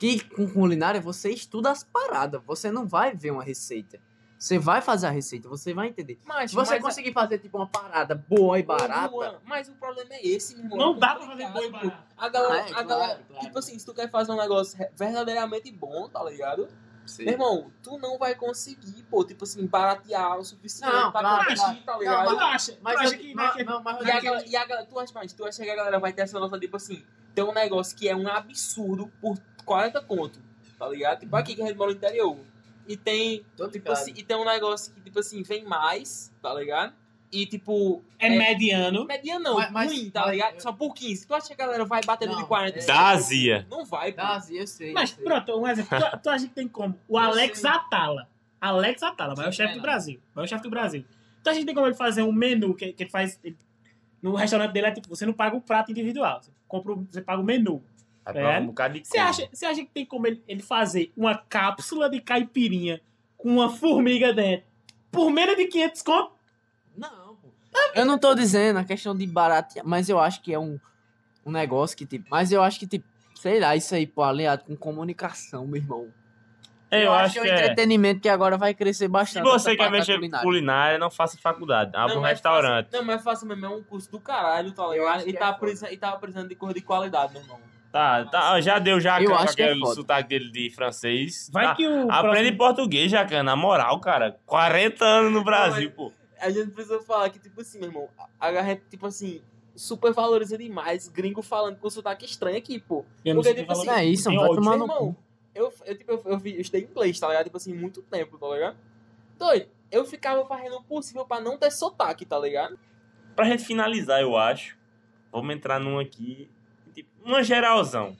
Que com culinária você estuda as paradas. Você não vai ver uma receita. Você vai fazer a receita, você vai entender. Mas, Se você mas, conseguir fazer tipo uma parada boa e Ô, barata. Luan, mas o problema é esse, meu irmão. Não É dá pra fazer complicado, boi pô. barato. A galera, Ah, é, a claro, galera claro. tipo assim, se tu quer fazer um negócio re- verdadeiramente bom, tá ligado? Sim. Meu irmão, tu não vai conseguir, pô, tipo assim, baratear o suficiente Não, pra claro, competir, tá Não, ligado? Tu acha, Mas tu acha eu- que não, naquele- não, mas E a, naquele- galera, e a galera, tu acha, mas, tu acha que a galera vai ter essa noção, tipo assim, tem um negócio que é um absurdo por quarenta conto, tá ligado? Tipo aqui que a gente mora no interior. E tem, Tô tipo ligado. assim, e tem um negócio que, tipo assim, vem mais, tá ligado? E, tipo, é mediano. mediano não, Mas- mas- ruim, tá mas- ligado? Só por quinze. Tu acha que a galera vai bater Não, de quarenta? é- Da azia. Não vai, pô. Dá azia, eu sei. Mas eu sei. pronto, um exemplo. Tu, tu acha que tem como? O Eu Alex sei. Atala. Alex Atala, maior chefe do Brasil. Maior chefe do Brasil. Tu acha que tem como ele fazer um menu que, que ele faz. ele- no restaurante dele é tipo, você não paga o prato individual. Você, compra, o- você paga o menu. Vai É. pra um bocado de Você coisa. acha, você acha que tem como ele, ele fazer uma cápsula de caipirinha com uma formiga dentro por menos de quinhentos conto? Não, pô. Eu não tô dizendo a questão de baratear, mas eu acho que é um, um negócio que, tipo. Mas eu acho que, tipo, sei lá, isso aí, pô, aliado com comunicação, meu irmão. É, eu acho é um que é. entretenimento que agora vai crescer Se bastante. você essa quer parte da mexer com culinária. culinária, não faça faculdade. Abra um mas restaurante. Fácil, não, mas é fácil mesmo, é um curso do caralho, tá Eu ligado? acho E, que tá é foda. precisando, e tava precisando de coisa de qualidade, meu irmão. Tá, tá, já deu já Eu com acho que é aquele foda. sotaque dele de francês. Vai Tá. que o. Aprende próximo- português, Jacan, na moral, cara. quarenta anos no Brasil, pô. A gente precisa falar que, tipo assim, meu irmão, a gente, tipo assim, super valoriza demais gringo falando com sotaque estranho aqui, pô. Eu não Porque, sei tipo falar- assim, Não é isso, tem vai ódio. tomar Meu no irmão, cu. eu, eu, tipo, eu, eu, vi- eu estudei inglês, tá ligado? Tipo assim, muito tempo, tá ligado? Doido, eu ficava fazendo o possível pra não ter sotaque, tá ligado? Pra gente finalizar, eu acho, vamos entrar num aqui, tipo, uma geralzão.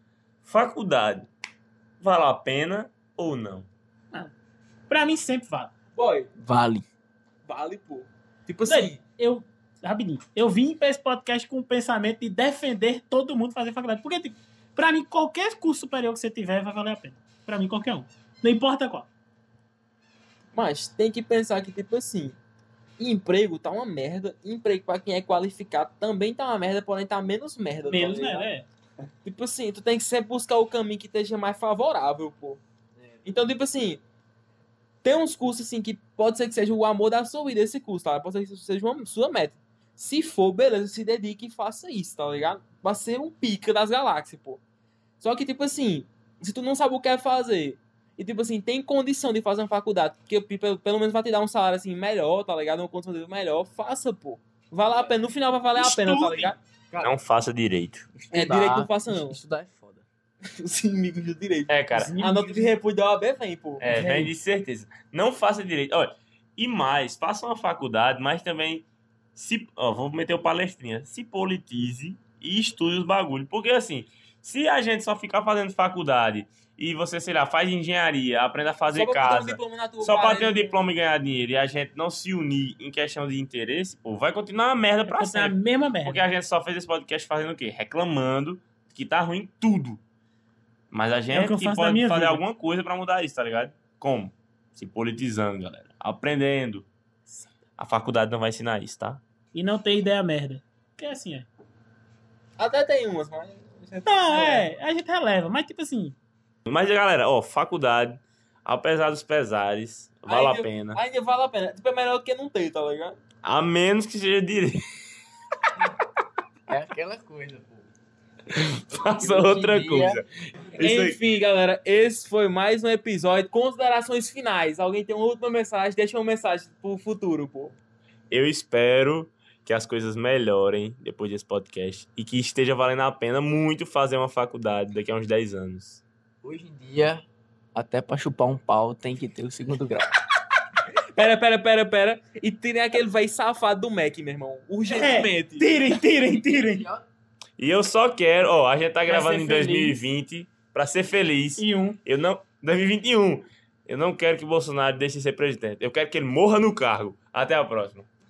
Faculdade, vale a pena ou não? Pra mim sempre vale. Boy, Vale. vale, pô. Tipo assim, Eu, rapidinho, eu vim pra esse podcast com o pensamento de defender todo mundo fazer faculdade. Porque, tipo, pra mim, qualquer curso superior que você tiver vai valer a pena. Pra mim, qualquer um. Não importa qual. mas tem que pensar que, tipo assim, emprego tá uma merda, emprego pra quem é qualificado também tá uma merda, porém tá menos merda, Menos, tá ligado? né? É. Tipo assim, tu tem que sempre buscar o caminho que esteja mais favorável, pô. Então, tipo assim, tem uns cursos assim que pode ser que seja o amor da sua vida esse curso, tá? Pode ser que isso seja uma sua meta. Se for, beleza, se dedique e faça isso, tá ligado? Vai ser um pica das galáxias, pô. Só que, tipo assim, se tu não sabe o que é fazer e, tipo assim, tem condição de fazer uma faculdade, que pelo, pelo menos vai te dar um salário, assim, melhor, tá ligado? Uma condição de vida melhor, faça, pô. Vale a pena. No final vai valer a pena, tá Estude. ligado? Não faça direito. É, direito não faça, não. Estudar é foda. Os inimigos do direito. É, cara, A nota de repúdio da O A B vem, pô. é, vem de certeza. Não faça direito. Olha, e mais, faça uma faculdade, mas também, se, ó, vou meter o palestrinha, se politize e estude os bagulhos. Porque, assim, se a gente só ficar fazendo faculdade e você, sei lá, faz engenharia, aprende a fazer Só pra botar um casa, diploma na tua só pra ter um parede, diploma e ganhar dinheiro e a gente não se unir em questão de interesse, pô, vai continuar uma merda pra É a sempre. mesma merda. Porque a gente só fez esse podcast fazendo o quê? Reclamando que tá ruim tudo. Mas a É o gente que eu faço na pode minha fazer vida. alguma coisa pra mudar isso, tá ligado? Como? Se politizando, galera. Aprendendo. A faculdade não vai ensinar isso, tá? E não ter ideia merda. Porque assim é. Até tem umas, mas... Não, é, a gente releva. Mas tipo assim, Mas, galera, ó, faculdade, apesar dos pesares, vale Ainda- a pena. Ainda vale a pena. Tipo, é melhor do que não ter, tá ligado? A menos que seja direito. É aquela coisa, pô. Faça Hoje em outra dia- coisa. Isso aí. Enfim, galera, esse foi mais um episódio. Considerações finais. Alguém tem uma última mensagem? Deixa uma mensagem pro futuro, pô. Eu espero que as coisas melhorem depois desse podcast e que esteja valendo a pena muito fazer uma faculdade daqui a uns dez anos. Hoje em dia, até pra chupar um pau tem que ter o segundo grau. Pera, pera, pera, pera. E tirem aquele véi safado do Mac, meu irmão. Urgentemente. tirem, tirem, tirem. E eu só quero, ó, a gente tá gravando ser em feliz. dois mil e vinte pra ser feliz. E um. Eu não, dois mil e vinte e um. Eu não quero que Bolsonaro deixe de ser presidente. Eu quero que ele morra no cargo. Até a próxima.